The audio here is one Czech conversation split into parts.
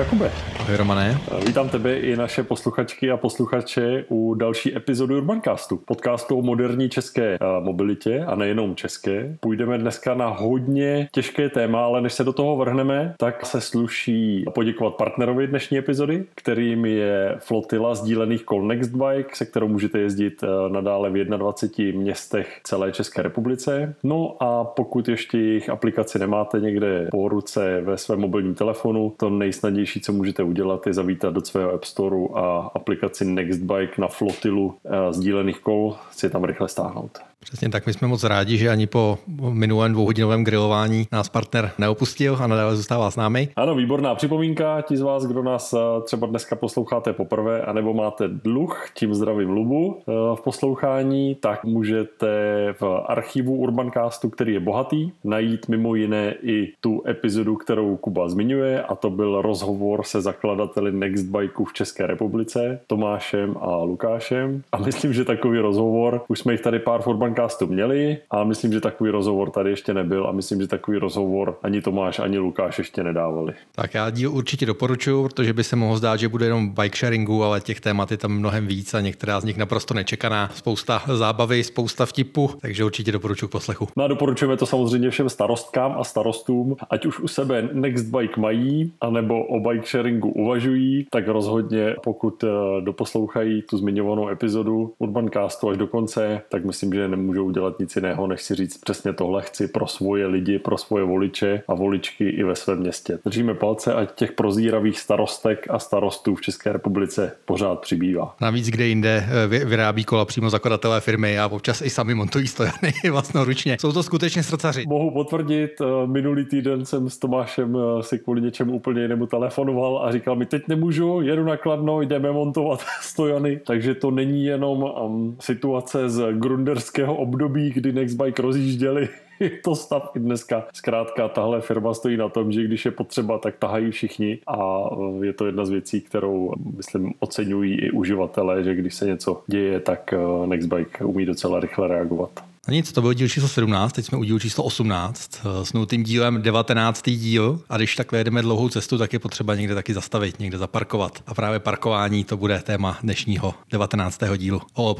Jakube. Ahoj Romane. Vítám tebe i naše posluchačky a posluchače u další epizody Urbancastu. Podcastu o moderní české mobilitě a nejenom české. Půjdeme dneska na hodně těžké téma, ale než se do toho vrhneme, tak se sluší poděkovat partnerovi dnešní epizody, kterým je flotila sdílených kol Nextbike, se kterou můžete jezdit nadále v 21 městech celé České republice. No a pokud ještě jejich aplikaci nemáte někde po ruce ve svém mobilním telefonu, to nejsnadnější, co můžete udělat, je zavítat do svého App Storeu a aplikaci Nextbike na flotilu sdílených kol si tam rychle stáhnout. Přesně tak, my jsme moc rádi, že ani po minulém 2hodinovém grilování nás partner neopustil a nadále zůstává s námi. Ano, výborná připomínka. Ti z vás, kdo nás třeba dneska posloucháte poprvé, anebo máte dluh, tím zdravím Lubu v poslouchání, tak můžete v archivu Urbancastu, který je bohatý, najít mimo jiné i tu epizodu, kterou Kuba zmiňuje, a to byl rozhovor se zakladateli Nextbikeu v České republice, Tomášem a Lukášem. A myslím, že takový rozhovor, už jsme jich tady pár v Urbancastu měli, a myslím, že takový rozhovor tady ještě nebyl a myslím, že takový rozhovor ani Tomáš, ani Lukáš ještě nedávali. Tak já díl určitě doporučuji, protože by se mohlo zdát, že bude jenom bike sharingu, ale těch témat je tam mnohem víc a některá z nich naprosto nečekaná. Spousta zábavy, spousta vtipu, takže určitě doporučuji k poslechu. No a doporučujeme to samozřejmě všem starostkám a starostům, ať už u sebe Nextbike mají, anebo o bike sharingu uvažují, tak rozhodně, pokud doposlouchají tu zmiňovanou epizodu Urbancastu až do konce, tak myslím, že nemůžou dělat nic jiného, než si říct přesně tohle chci pro svoje lidi, pro svoje voliče a voličky i ve svém městě. Držíme palce, ať těch prozíravých starostek a starostů v České republice pořád přibývá. Navíc kde jinde vyrábí kola přímo zakladatelé firmy a občas i sami montují stojany vlastnoručně. Jsou to skutečně srdcaři. Mohu potvrdit, minulý týden jsem s Tomášem si kvůli něčemu úplně jinému telefonoval a říkal mi, teď nemůžu, jedu na Kladno, jdeme montovat stojany. Takže to není jenom situace z grunderského období, kdy Nextbike rozjížděli. Je to stav i dneska. Zkrátka tahle firma stojí na tom, že když je potřeba, tak tahají všichni, a je to jedna z věcí, kterou, myslím, oceňují i uživatelé, že když se něco děje, tak Nextbike umí docela rychle reagovat. No nic, to byl díl číslo 17, teď jsme u dílu číslo 18, s nultým dílem 19. díl, a když takhle jedeme dlouhou cestu, tak je potřeba někde taky zastavit, někde zaparkovat. A právě parkování to bude téma dnešního 19. dílu.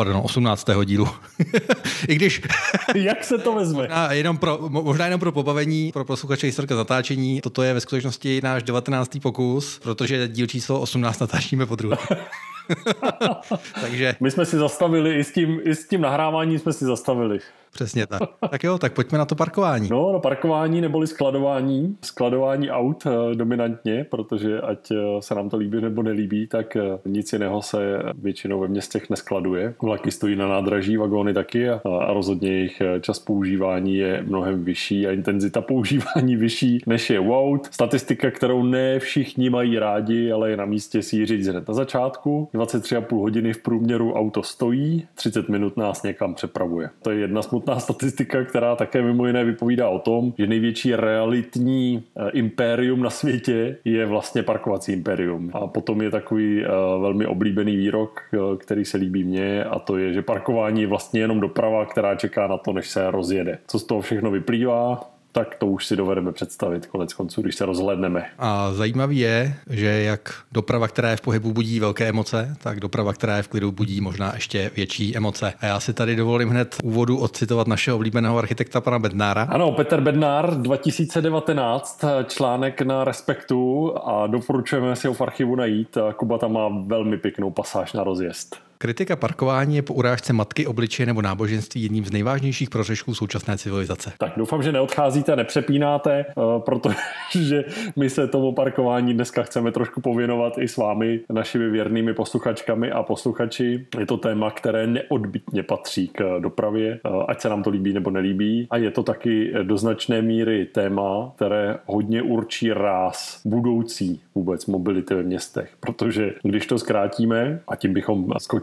18. dílu. I když... Jak se to vezme? Možná jenom pro pobavení, pro posluchače historka zatáčení, toto je ve skutečnosti náš 19. pokus, protože díl číslo 18 natáčíme podruhé. Takže... My jsme si zastavili, i s tím nahráváním jsme si zastavili. Přesně tak. Tak jo, tak pojďme na to parkování. No, parkování neboli skladování. Skladování aut dominantně, protože ať se nám to líbí nebo nelíbí, tak nic jiného se většinou ve městech neskladuje. Vlaky stojí na nádraží, vagóny taky, a rozhodně jejich čas používání je mnohem vyšší a intenzita používání vyšší, než je u aut. Statistika, kterou ne všichni mají rádi, ale je na místě si ji říct hned na začátku. 23,5 hodiny v průměru auto stojí, 30 minut nás někam přepravuje. To je jedna smutná statistika, která také mimo jiné vypovídá o tom, že největší realitní impérium na světě je vlastně parkovací impérium. A potom je takový velmi oblíbený výrok, který se líbí mně, a to je, že parkování je vlastně jenom doprava, která čeká na to, než se rozjede. Co z toho všechno vyplývá? Tak to už si dovedeme představit konec konců, když se rozhlédneme. A zajímavý je, že jak doprava, která je v pohybu, budí velké emoce, tak doprava, která je v klidu, budí možná ještě větší emoce. A já si tady dovolím hned úvodu odcitovat našeho oblíbeného architekta pana Bednára. Ano, Petr Bednár, 2019, článek na Respektu, a doporučujeme si ho v archivu najít. Kuba tam má velmi pěknou pasáž na rozjezd. Kritika parkování je po urážce matky, obličeje nebo náboženství jedním z nejvážnějších prohřešků současné civilizace. Tak doufám, že neodcházíte, nepřepínáte, protože my se tomu parkování dneska chceme trošku pověnovat i s vámi, našimi věrnými posluchačkami a posluchači. Je to téma, které neodbytně patří k dopravě, ať se nám to líbí nebo nelíbí. A je to taky do značné míry téma, které hodně určí ráz budoucí vůbec mobility ve městech. Protože když to zkrátíme, a tím bychom skočili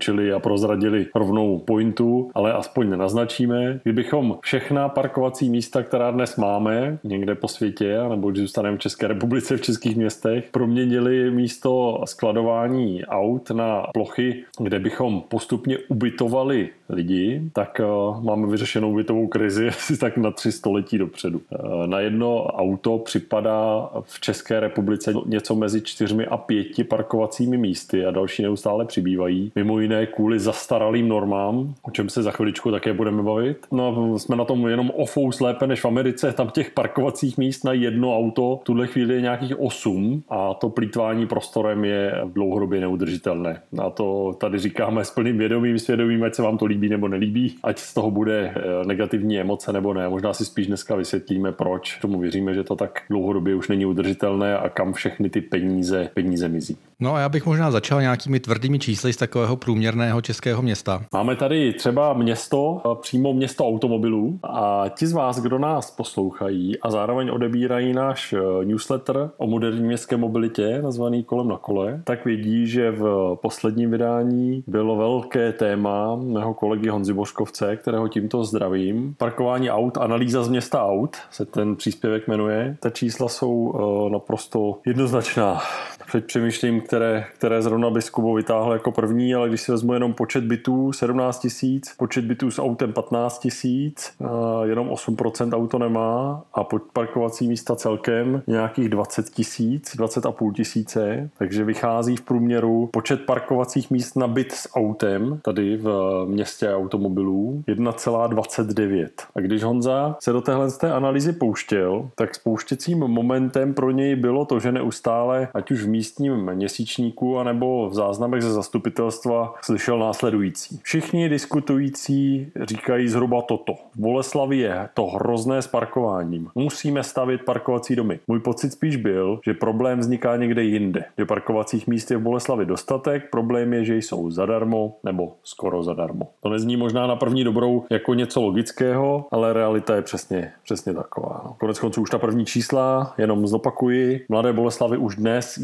nevyskočili a prozradili rovnou pointu, ale aspoň nenaznačíme. Kdybychom všechna parkovací místa, která dnes máme někde po světě, nebo když zůstaneme v České republice, v českých městech, proměnili místo skladování aut na plochy, kde bychom postupně ubytovali lidi, tak máme vyřešenou ubytovou krizi asi tak na 3 století dopředu. Na jedno auto připadá v České republice něco mezi 4 a 5 parkovacími místy a další neustále přibývají. Mimo jiné kvůli zastaralým normám, o čem se za chviličku také budeme bavit. No, jsme na tom jenom o fous lépe než v Americe. Tam těch parkovacích míst na jedno auto v tuhle chvíli je nějakých 8 a to plýtvání prostorem je dlouhodobě neudržitelné. A to tady říkáme s plným vědomím, svědomím, ať se vám to líbí nebo nelíbí, ať z toho bude negativní emoce nebo ne. Možná si spíš dneska vysvětlíme, proč tomu věříme, že to tak dlouhodobě už není udržitelné a kam všechny ty peníze mizí. No a já bych možná začal nějakými tvrdými čísly z takového průměrného českého města. Máme tady třeba město, přímo město automobilů a ti z vás, kdo nás poslouchají a zároveň odebírají náš newsletter o moderní městské mobilitě, nazvaný Kolem na kole, tak vědí, že v posledním vydání bylo velké téma mého kolegy Honzy Božkovce, kterého tímto zdravím. Parkování aut, analýza z města aut se ten příspěvek jmenuje. Ta čísla jsou naprosto jednoznačná. Teď přemýšlím, které zrovna by Kubo vytáhl jako první, ale když si vezmu jenom počet bytů 17 000, počet bytů s autem 15 000, jenom 8% auto nemá a parkovací místa celkem nějakých 20 000, 20,5 tisíce, takže vychází v průměru počet parkovacích míst na byt s autem tady v městě automobilů 1,29. A když Honza se do téhle analýzy pouštěl, tak spouštěcím momentem pro něj bylo to, že neustále, ať už v místním měsíčníku anebo v záznamech ze zastupitelstva slyšel následující. Všichni diskutující říkají zhruba toto. V Boleslavi je to hrozné s parkováním. Musíme stavět parkovací domy. Můj pocit spíš byl, že problém vzniká někde jinde. Že parkovacích míst je v Boleslavi dostatek, problém je, že jsou zadarmo nebo skoro zadarmo. To nezní možná na první dobrou jako něco logického, ale realita je přesně taková. No. Koneckonců už ta první čísla, jenom zopakuji, Mladé Boleslavi už dnes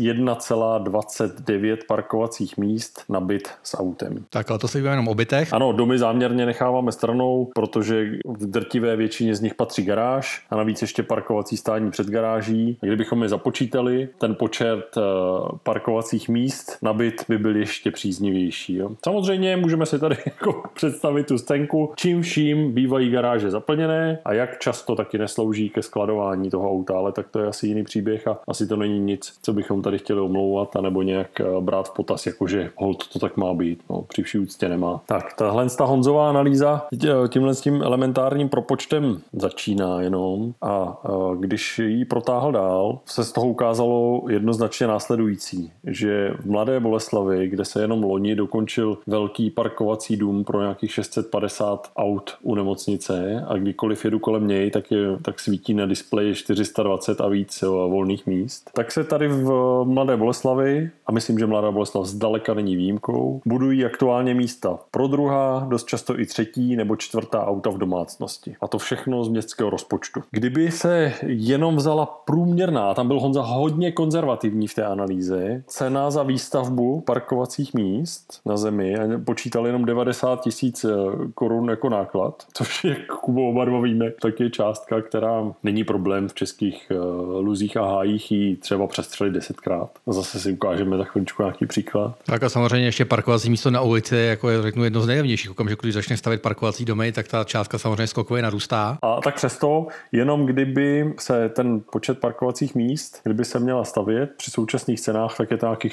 1,29 parkovacích míst na byt s autem. Tak, ale to se bavíme jenom o bytech. Ano, domy záměrně necháváme stranou, protože v drtivé většině z nich patří garáž a navíc ještě parkovací stání před garáží. A kdybychom je započítali, ten počet parkovacích míst na byt by byl ještě příznivější. Jo. Samozřejmě můžeme si tady jako představit tu scénku, čím vším bývají garáže zaplněné a jak často taky neslouží ke skladování toho auta, ale tak to je asi jiný příběh a asi to není nic, co bychom tady chtěli omlouvat anebo nějak brát v potaz, jakože holt to tak má být. No, při vší úctě nemá. Tak, tahle Honzová analýza tímhle s tím elementárním propočtem začíná jenom a když ji protáhl dál, se z toho ukázalo jednoznačně následující, že v Mladé Boleslavi, kde se jenom loni dokončil velký parkovací dům pro nějakých 650 aut u nemocnice a kdykoliv jedu kolem něj, tak svítí na displeji 420 a víc volných míst, tak se tady v Mladé Boleslavi, a myslím, že Mladá Boleslav zdaleka není výjimkou, budují aktuálně místa pro druhá, dost často i třetí nebo čtvrtá auta v domácnosti. A to všechno z městského rozpočtu. Kdyby se jenom vzala průměrná, tam byl Honza hodně konzervativní v té analýze, cena za výstavbu parkovacích míst na zemi a počítal jenom 90 000 korun jako náklad, což je, Kubo, oba dva víme, tak je částka, která není problém v českých luzích a hájích jí třeba přestřelit 10krát. Zase si ukážeme za chvíličku nějaký příklad. Tak a samozřejmě ještě parkovací místo na ulici jako je, řeknu, jedno z nejlevnějších. Okamžiku, když začne stavět parkovací domy, tak ta částka samozřejmě skokově narůstá. A tak přesto, jenom kdyby se ten počet parkovacích míst, kdyby se měla stavět při současných cenách, tak je to nějakých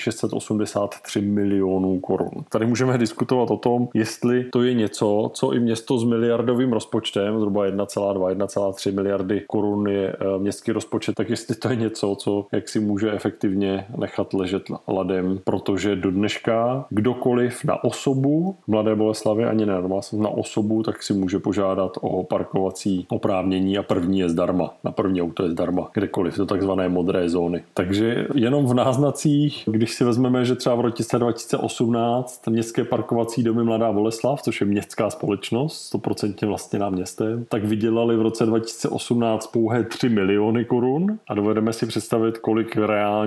683 milionů korun. Tady můžeme diskutovat o tom, jestli to je něco, co i město s miliardovým rozpočtem, zhruba 1,2-1,3 miliardy korun je městský rozpočet, tak jestli to je něco, co jak si může efektivně nechat ležet ladem, protože do dneška kdokoliv na osobu v Mladé Boleslavi ani na osobu, tak si může požádat o parkovací oprávnění a první je zdarma. Na první auto je zdarma, kdekoliv, do takzvané modré zóny. Takže jenom v náznacích, když si vezmeme, že třeba v roce 2018 městské parkovací domy Mladá Boleslav, což je městská společnost, 100% vlastněná městem, tak vydělali v roce 2018 pouhé 3 miliony korun a dovedeme si představit, kolik reálně má být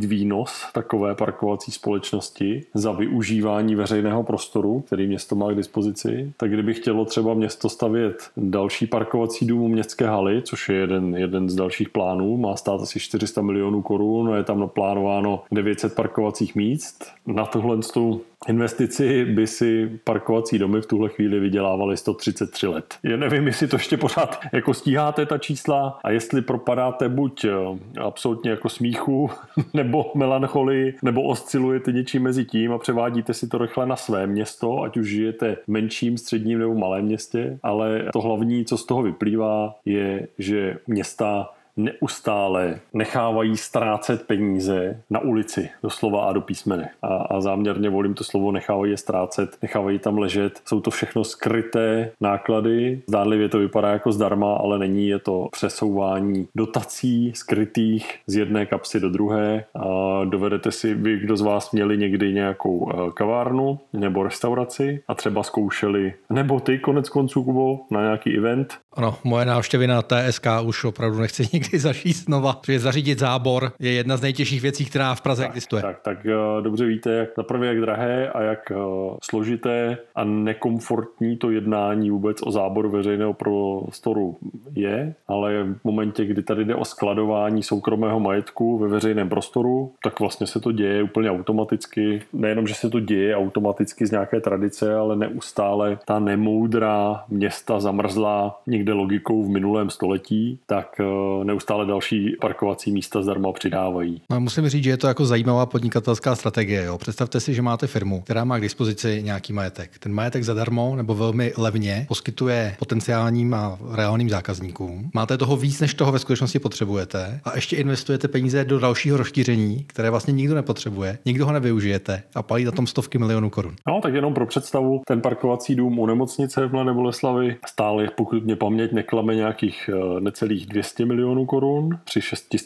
být výnos takové parkovací společnosti za využívání veřejného prostoru, který město má k dispozici, tak kdyby chtělo třeba město stavět další parkovací dům u městské haly, což je jeden z dalších plánů, má stát asi 400 milionů korun, je tam naplánováno 900 parkovacích míst. Na tohle investici by si parkovací domy v tuhle chvíli vydělávaly 133 let. Já nevím, jestli to ještě pořád jako stíháte ta čísla a jestli propadáte buď absolutně jako smíchu, nebo melancholii, nebo oscilujete něčím mezi tím a převádíte si to rychle na své město, ať už žijete v menším, středním nebo malém městě, ale to hlavní, co z toho vyplývá, je, že města neustále nechávají ztrácet peníze na ulici, doslova a do písmene. A záměrně volím to slovo nechávají je ztrácet, nechávají tam ležet. Jsou to všechno skryté náklady. Zdánlivě to vypadá jako zdarma, ale není, je to přesouvání dotací skrytých z jedné kapsy do druhé. A dovedete si, vy, kdo z vás měli někdy nějakou kavárnu nebo restauraci a třeba zkoušeli, nebo ty konec konců, Kubo, na nějaký event. Ano, moje návštěvy na TSK už opravdu nechci nikdy zažít znova, protože zařídit zábor je jedna z nejtěžších věcí, která v Praze existuje. Tak dobře víte, jak zaprvé jak drahé a jak složité a nekomfortní to jednání vůbec o záboru veřejného prostoru je, ale v momentě, kdy tady jde o skladování soukromého majetku ve veřejném prostoru, tak vlastně se to děje úplně automaticky. Nejenom, že se to děje automaticky z nějaké tradice, ale neustále ta nemoudrá města zamrzlá někde logikou v minulém století, tak neustále další parkovací místa zdarma přidávají. No, musím říct, že je to jako zajímavá podnikatelská strategie. Jo. Představte si, že máte firmu, která má k dispozici nějaký majetek. Ten majetek zadarmo nebo velmi levně poskytuje potenciálním a reálným zákazníkům. Máte toho víc, než toho ve skutečnosti potřebujete a ještě investujete peníze do dalšího rozšíření, které vlastně nikdo nepotřebuje, nikdo ho nevyužijete a palí na tom stovky milionů korun. No, tak jenom pro představu, ten parkovací dům u nemocnice v Mladé Boleslavi stál, pokud mě paměť neklame, nějakých necelých 200 milionů korun při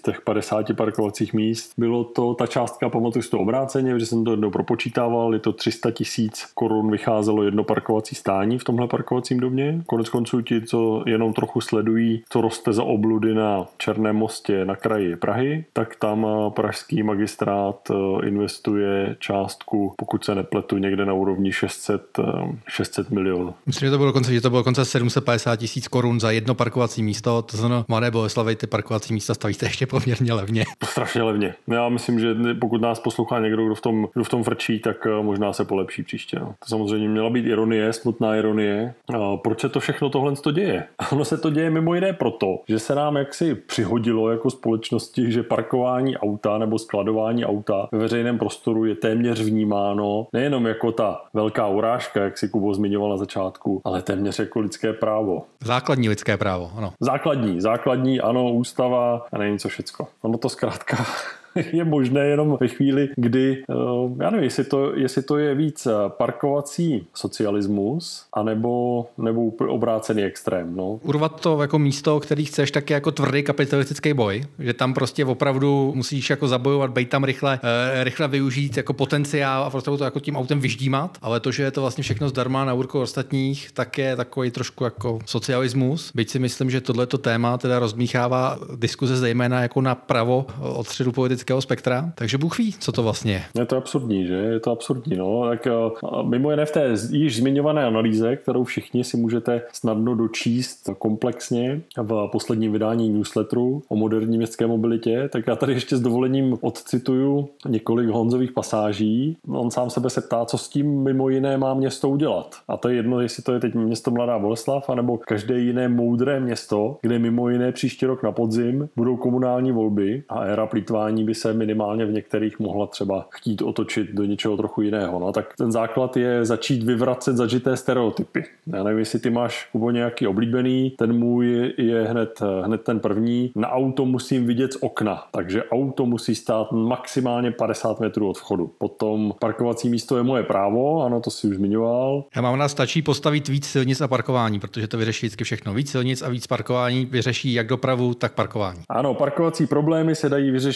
650 parkovacích míst. Bylo to ta částka, pamatuju si to obráceně, že jsem to jednou propočítával, je to 300 000 korun vycházelo jedno parkovací stání v tomhle parkovacím domě. Konec konců ti, co jenom trochu sledují, co roste za obludy na Černém mostě na kraji Prahy, tak tam pražský magistrát investuje částku, pokud se nepletu, někde na úrovni 600 milionů. Myslím, že to bylo dokonce 750 000 korun za jedno parkovací místo, to znamená Mladé Boleslavi ty parkovací místa stavíte ještě poměrně levně. Strašně levně. Já myslím, že pokud nás poslouchá někdo, kdo v tom frčí, tak možná se polepší příště. No. To samozřejmě měla být ironie, smutná ironie. A proč se to všechno tohle děje? Ono se to děje mimo jiné proto, že se nám jaksi přihodilo jako společnosti, že parkování auta nebo skladování auta ve veřejném prostoru je téměř vnímáno nejenom jako ta velká urážka, jak si Kubo zmiňoval na začátku, ale téměř jako lidské právo. Základní lidské právo, ano. Základní, ano, ústava a nevím co všecko. Ono to zkrátka je možné jenom ve chvíli, kdy, já nevím, jestli to je víc parkovací socialismus, anebo obrácený extrém. No. Urvat to jako místo, který chceš, tak je jako tvrdý kapitalistický boj, že tam prostě opravdu musíš jako zabojovat, bejt tam rychle využít jako potenciál a prostě to jako tím autem vyždímat, ale to, že je to vlastně všechno zdarma na úkor ostatních, tak je takový trošku jako socialismus. Byť si myslím, že tohleto téma teda rozmíchává diskuze zejména jako na pravo od středu politického spektra, takže Bůh ví, co to vlastně je. Je to absurdní, že? Je to absurdní, no. Tak mimo jiné v té již zmiňované analýze, kterou všichni si můžete snadno dočíst komplexně v posledním vydání newsletteru o moderní městské mobilitě, tak já tady ještě s dovolením odcituju několik Honzových pasáží. On sám sebe se ptá, co s tím mimo jiné má město udělat. A to je jedno, jestli to je teď město Mladá Boleslav, anebo každé jiné moudré město, kde mimo jiné příští rok na podzim budou komunální volby a éra plýtvání by se minimálně v některých mohla třeba chtít otočit do něčeho trochu jiného. No, tak ten základ je začít vyvracet zažité stereotypy. Já nevím, jestli ty máš, Kubo, nějaký oblíbený, ten můj je hned ten první. Na auto musím vidět z okna, takže auto musí stát maximálně 50 metrů od vchodu. Potom parkovací místo je moje právo, ano, to si už zmiňoval. Já mám, nás stačí postavit víc silnic a parkování, protože to vyřeší vždycky všechno. Víc silnic a víc parkování vyřeší jak dopravu, tak parkování. Ano, parkovací problémy se dají vyřešit stavbou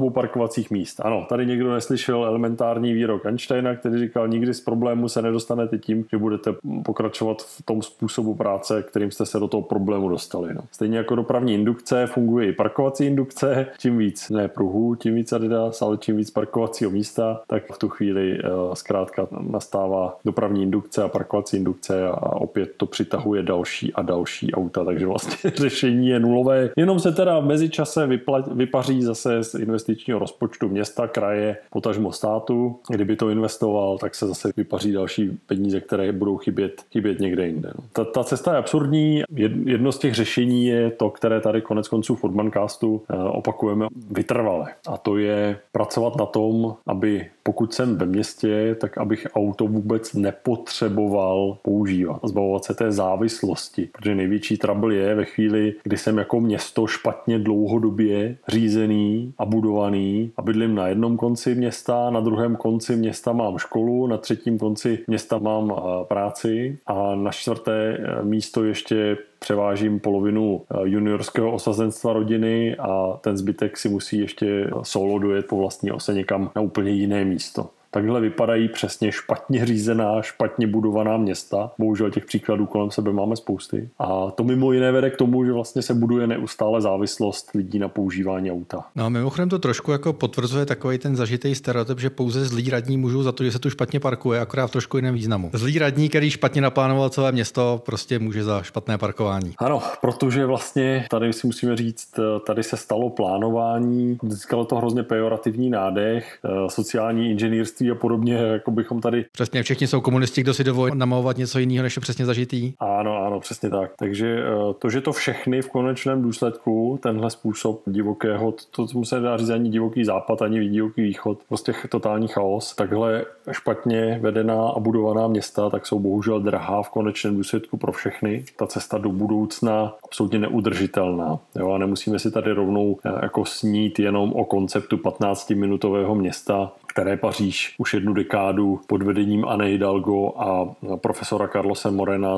zásobou parkovacích míst. Ano, tady někdo neslyšel elementární výrok Einsteina, který říkal, nikdy z problému se nedostanete tím, že budete pokračovat v tom způsobu práce, kterým jste se do toho problému dostali. No. Stejně jako dopravní indukce funguje i parkovací indukce. Čím víc ne pruhů, tím víc Adidas, ale čím víc parkovacího místa, tak v tu chvíli zkrátka nastává dopravní indukce a parkovací indukce a opět to přitahuje další a další auta, takže vlastně řešení je nulové. Jenom se teda v mezičase vypaří zase z investičního rozpočtu města, kraje, potažmo státu. Kdyby to investoval, tak se zase vypaří další peníze, které budou chybět někde jinde. No. Ta cesta je absurdní. Jedno z těch řešení je to, které tady konec konců v Urbancastu opakujeme vytrvale. A to je pracovat na tom, aby pokud jsem ve městě, tak abych auto vůbec nepotřeboval používat. Zbavovat se té závislosti, protože největší trouble je ve chvíli, kdy jsem jako město špatně dlouhodobě řízený a budovaný a bydlím na jednom konci města, na druhém konci města mám školu, na třetím konci města mám práci a na čtvrté místo ještě převážím polovinu juniorského osazenstva rodiny a ten zbytek si musí ještě solo dojet po vlastní ose někam na úplně jiné místo. Takhle vypadají přesně špatně řízená, špatně budovaná města. Bohužel těch příkladů kolem sebe máme spousty. A to mimo jiné vede k tomu, že vlastně se buduje neustále závislost lidí na používání auta. No a mimochodem to trošku jako potvrzuje takový ten zažitý stereotyp, že pouze zlí radní můžou za to, že se tu špatně parkuje, akorát v trošku jiném významu. Zlý radní, který špatně naplánoval celé město, prostě může za špatné parkování. Ano, protože vlastně tady si musíme říct, tady se stalo plánování, získalo to hrozně pejorativní nádech, sociální inženýrství a podobně, jako bychom tady... Přesně, všichni jsou komunisti, kdo si dovolí namlouvat něco jiného, než je přesně zažitý. Ano, přesně tak. Takže to, že to všechny v konečném důsledku, tenhle způsob divokého, to se dá říct ani divoký západ, ani divoký východ, prostě totální chaos, takhle špatně vedená a budovaná města, tak jsou bohužel drahá v konečném důsledku pro všechny. Ta cesta do budoucna absolutně neudržitelná. Jo? A nemusíme si tady rovnou jako snít jenom o konceptu 15-minutového města, které Paříž už jednu dekádu pod vedením Anne Hidalgo a profesora Carlose Morena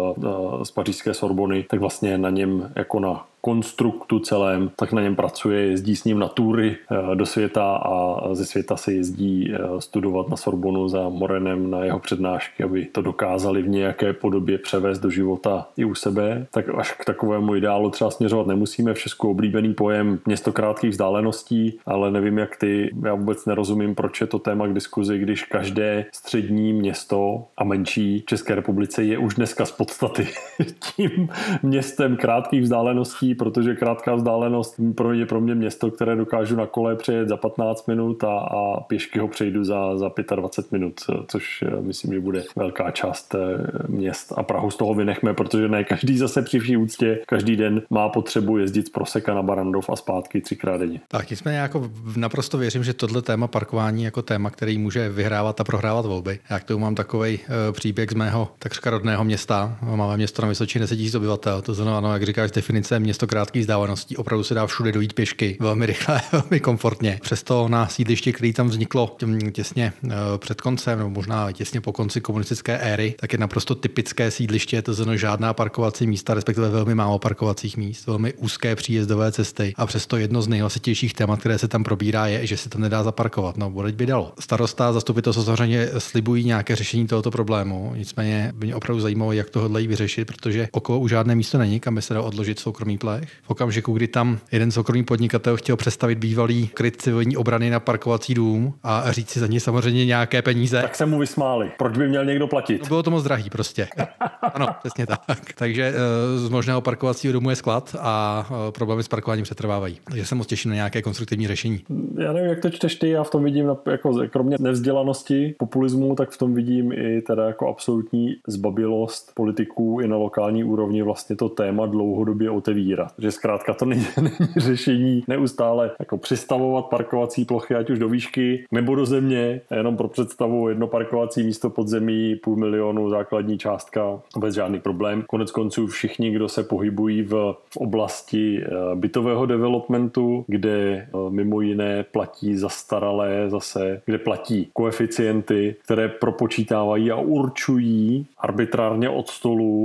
z pařížské Sorbony, tak vlastně na něm jako na konstruktu celém, tak na něm pracuje, jezdí s ním na tury do světa a ze světa se jezdí studovat na Sorbonu za Morenem na jeho přednášky, aby to dokázali v nějaké podobě převést do života i u sebe. Tak až k takovému ideálu třeba směřovat nemusíme. V Česku oblíbený pojem město krátkých vzdáleností, ale nevím jak ty, já vůbec nerozumím, proč je to téma k diskuzi, když každé střední město a menší v České republice je už dneska z podstaty tím městem krátkých vzdáleností, protože krátká vzdálenost je pro mě město, které dokážu na kole přejet za 15 minut a pěšky ho přejdu za 25 minut, což myslím, že bude velká část měst. A Prahu z toho vynechme, protože ne každý zase při vší úctě každý den má potřebu jezdit z Proseka na Barrandov a zpátky 3krát denně. Tak nicméně jako naprosto věřím, že tohle téma parkování jako téma, který může vyhrávat a prohrávat volby. Já k tomu mám takovej příběh z mého takřka rodného města. Máme město na Vysočině 10 000 obyvatel. To znamená, jak říkáš, definice město krátkých vzdáleností. Opravdu se dá všude dojít pěšky, velmi rychle, velmi komfortně. Přesto na sídlišti, který tam vzniklo těsně před koncem, nebo možná těsně po konci komunistické éry, tak je naprosto typické sídliště, to znamená žádná parkovací místa, respektive velmi málo parkovacích míst, velmi úzké příjezdové cesty a přesto jedno z nejhlasitějších témat, které se tam probírá, je, že se tam nedá zaparkovat. No, bodeť by dalo. Starosta, zastupitelstvo samozřejmě slibují nějaké řešení tohoto problému, nicméně by mě opravdu zajímalo, jak to hodlají vyřešit, protože okolo už žádné místo není, kam by se dalo odložit soukromý plech. V okamžiku, kdy tam jeden soukromý podnikatel chtěl přestavit bývalý kryt civilní obrany na parkovací dům a říct si za ně samozřejmě nějaké peníze. Tak se mu vysmáli. Proč by měl někdo platit? No, bylo to moc drahý prostě. Ano, přesně tak. Takže z možného parkovacího domu je sklad a problémy s parkováním přetrvávají. Takže se moc těším na nějaké konstruktivní řešení. Já nevím, jak to čteš ty, já v tom vidím jako kromě nevzdělanosti, populismu, tak v tom vidím i teda jako absolutní zbabilost politiků i na lokální úrovni vlastně to téma dlouhodobě otevírat. Že zkrátka to není řešení neustále jako přistavovat parkovací plochy, ať už do výšky nebo do země, jenom pro představu jedno parkovací místo pod zemí, 500 000 základní částka, bez žádný problém. Konec konců všichni, kdo se pohybují v oblasti bytového developmentu, kde mimo jiné platí zastaralé zase, kde platí koeficienty, které propočítávají a určují arbitrárně od stolu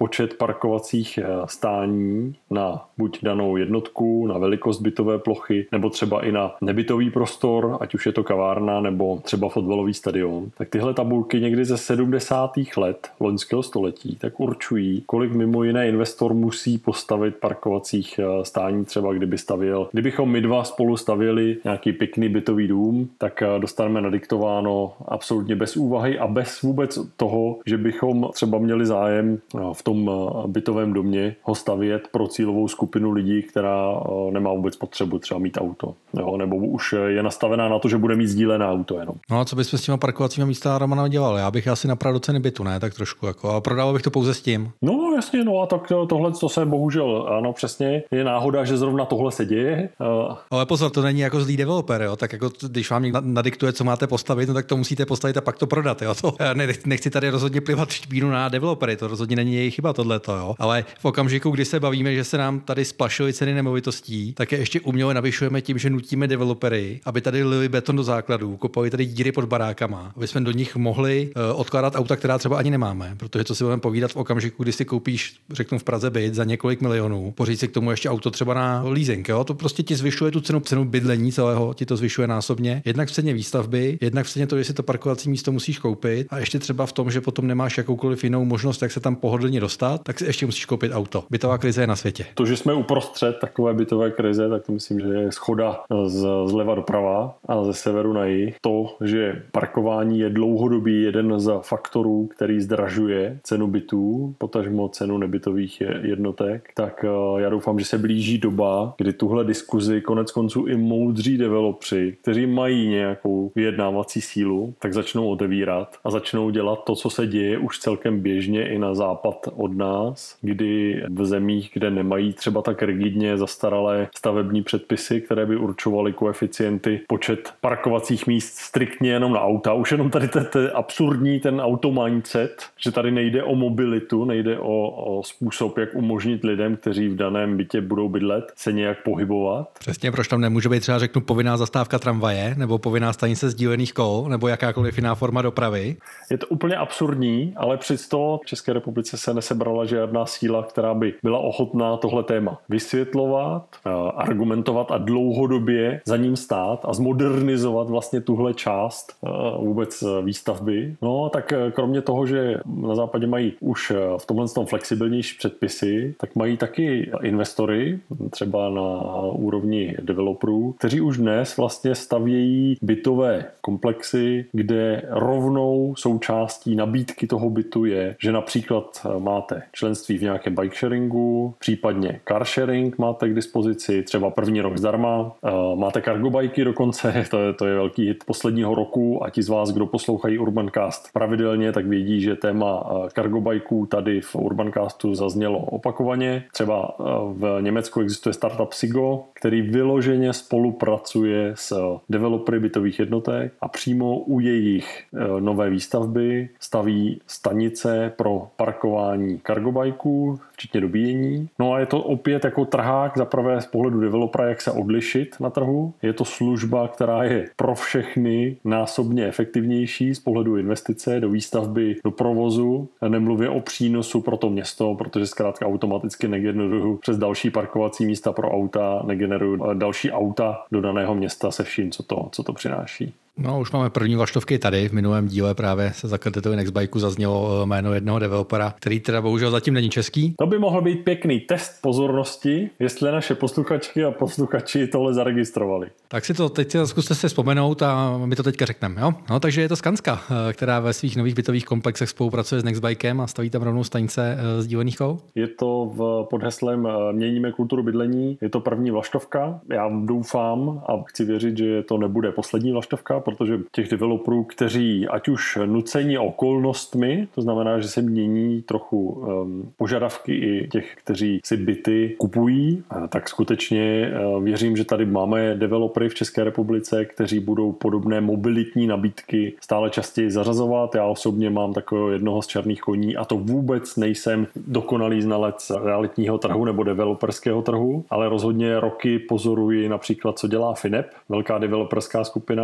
počet parkovacích stání na buď danou jednotku, na velikost bytové plochy, nebo třeba i na nebytový prostor, ať už je to kavárna nebo třeba fotbalový stadion, tak tyhle tabulky někdy ze 70. let loňského století tak určují, kolik mimo jiné investor musí postavit parkovacích stání, třeba kdybychom my dva spolu stavěli nějaký pěkný bytový dům, tak dostaneme nadiktováno absolutně bez úvahy a bez vůbec toho, že bychom třeba měli zájem v tom bytovém domě ho stavět pro cílovou skupinu lidí, která nemá vůbec potřebu třeba mít auto. Jo, nebo už je nastavená na to, že bude mít sdílené auto jenom. No a co bychom s těma parkovacíma místa Romana dělal? Já bych asi napravil do ceny bytu, ne? Tak trošku jako, a prodával bych to pouze s tím. No jasně, no a tak tohle to se bohužel, ano přesně, je náhoda, že zrovna tohle se děje. Ale pozor, to není jako zlý developer, jo? Tak jako když vám někdo nadiktuje, co máte postavit, no tak to musíte postavit a pak to prodat, jo? To, nechci tady rozhodně plivat špínu na developery, to rozhodně není jejich chyba tohleto, jo? Ale v okamžiku, kdy se bavíme, že se nám tady splašily ceny nemovitostí, tak je ještě uměle navyšujeme tím, že nutíme developery, aby tady lili beton do základů, kopali tady díry pod barákama, aby jsme do nich mohli odkládat auta, která třeba ani nemáme, protože co si budeme povídat v okamžiku, kdy si koupíš, řeknu v Praze byt za několik milionů, pořídit si k tomu ještě auto třeba na leasing, jo? To prostě ti zvyšuje tu cenu bydlení celého, ti to zvyšuje násobně. Jednak v ceně výstavby, jednak v ceně to, že si to parkovací místo musíš koupit a ještě třeba v tom, že potom nemáš jakoukoliv jinou možnost, jak se tam pohodlně dostat, tak si ještě musíš koupit auto. Bytová krize je na světě. To, že jsme uprostřed takové bytové krize, tak to myslím, že je schoda zleva doprava a ze severu na jih. To, že parkování je dlouhodobý jeden z faktorů, který zdražuje cenu bytů, potažmo cenu nebytových jednotek, tak já doufám, že se blíží doba, kdy tuhle diskuzi konec konců i moudří developři, kteří mají nějakou vyjednávací sílu, tak začnou otevírat a začnou dělat to, co se děje už celkem běžně i na západ od nás, kdy v zemích, kde nemají třeba tak rigidně zastaralé stavební předpisy, které by určovaly koeficienty, počet parkovacích míst striktně jenom na auta. Už jenom tady absurdní ten auto mindset, že tady nejde o mobilitu, nejde o způsob, jak umožnit lidem, kteří v daném bytě budou bydlet, se nějak pohybovat. Přesně, proč tam nemůže být třeba řeknu povinná zastávka tramvaje nebo povinná stanice sdílených kol nebo jakákoliv jiná forma dopravy. Je to úplně absurdní, ale přesto v České republice se nesebrala žádná síla, která by byla ochotná tohle téma vysvětlovat, argumentovat a dlouhodobě za ním stát a zmodernizovat vlastně tuhle část vůbec výstavby. No tak kromě toho, že na západě mají už v tomhle flexibilnější předpisy, tak mají taky investory, třeba na úrovni developerů, kteří už dnes vlastně stavějí bytové komplexy, kde rovnou součástí nabídky toho bytu je, že například máte členství v nějakém bike sharingu, případně car sharing máte k dispozici, třeba první rok zdarma, máte cargobajky dokonce, to je velký hit posledního roku a ti z vás, kdo poslouchají Urbancast pravidelně, tak vědí, že téma cargobajků tady v Urbancastu zaznělo opakovaně. Třeba v Německu existuje startup Sigo, který vyloženě spolupracuje s developery bytových jednotek a přímo u jejich nové výstavby staví stanice pro parkování cargobajků, včetně dobíjení. No a je to opět jako trhák zaprvé z pohledu developera, jak se odlišit na trhu. Je to služba, která je pro všechny násobně efektivnější z pohledu investice do výstavby, do provozu. Nemluvě o přínosu pro to město, protože zkrátka automaticky negeneruju přes další parkovací místa pro auta, negeneruju další auta do daného města se vším, co to přináší. No, už máme první vlaštovky tady. V minulém díle právě se za Kreditovi Nextbikeu zaznělo jméno jednoho developera, který teda bohužel zatím není český. To by mohl být pěkný test pozornosti, jestli naše posluchačky a posluchači tohle zaregistrovali. Tak si to teď zkuste si vzpomenout a my to teďka řekneme. Jo? No, takže je to Skanska, která ve svých nových bytových komplexech spolupracuje s Nextbikem a staví tam rovnou stanice sdílených kol. Je to pod heslem Měníme kulturu bydlení. Je to první vlaštovka. Já doufám a chci věřit, že to nebude poslední vlaštovka, protože těch developerů, kteří ať už nucení okolnostmi, to znamená, že se mění trochu požadavky i těch, kteří si byty kupují, tak skutečně věřím, že tady máme developery v České republice, kteří budou podobné mobilitní nabídky stále častěji zařazovat. Já osobně mám takového jednoho z černých koní a to vůbec nejsem dokonalý znalec realitního trhu nebo developerského trhu, ale rozhodně roky pozoruji například, co dělá FINEP, velká developerská skupina, a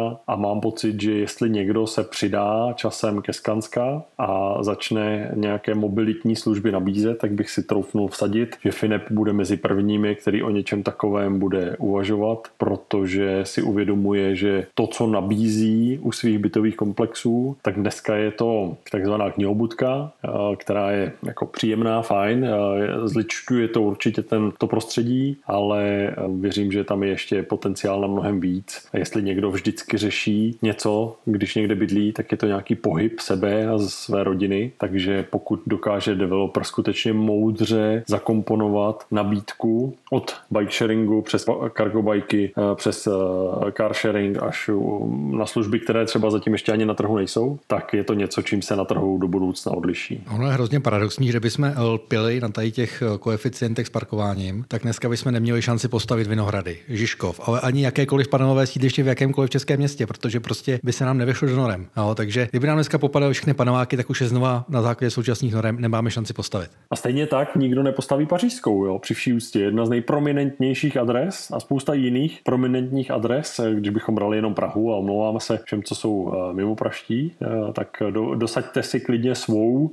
mám pocit, že jestli někdo se přidá časem ke Skanska a začne nějaké mobilitní služby nabízet, tak bych si troufnul vsadit, že Finep bude mezi prvními, který o něčem takovém bude uvažovat, protože si uvědomuje, že to, co nabízí u svých bytových komplexů, tak dneska je to takzvaná knihobudka, která je jako příjemná, fajn, zličťuje to určitě to prostředí, ale věřím, že tam je ještě potenciál na mnohem víc. A jestli někdo vždycky řeší něco, když někde bydlí, tak je to nějaký pohyb sebe a své rodiny, takže pokud dokáže developer skutečně moudře zakomponovat nabídku od bike sharingu přes cargo bajky, přes car sharing až na služby, které třeba zatím ještě ani na trhu nejsou, tak je to něco, čím se na trhu do budoucna odliší. Ono je hrozně paradoxní, že bychom lpili na tady těch koeficientech s parkováním, tak dneska bychom neměli šanci postavit Vinohrady, Žižkov, ale ani jakékoliv panelové sídliště v jakémkoliv českém městě, protože prostě by se nám nevyšlo do norem. No, takže kdyby nám dneska popadaly všechny paneláky, tak už je znova na základě současných norem nemáme šanci postavit. A stejně tak nikdo nepostaví Pařížskou, jo, při vší úctě. Jedna z nejprominentnějších adres a spousta jiných prominentních adres, když bychom brali jenom Prahu a omlouváme se všem, co jsou mimo praští, tak dosaďte si klidně svou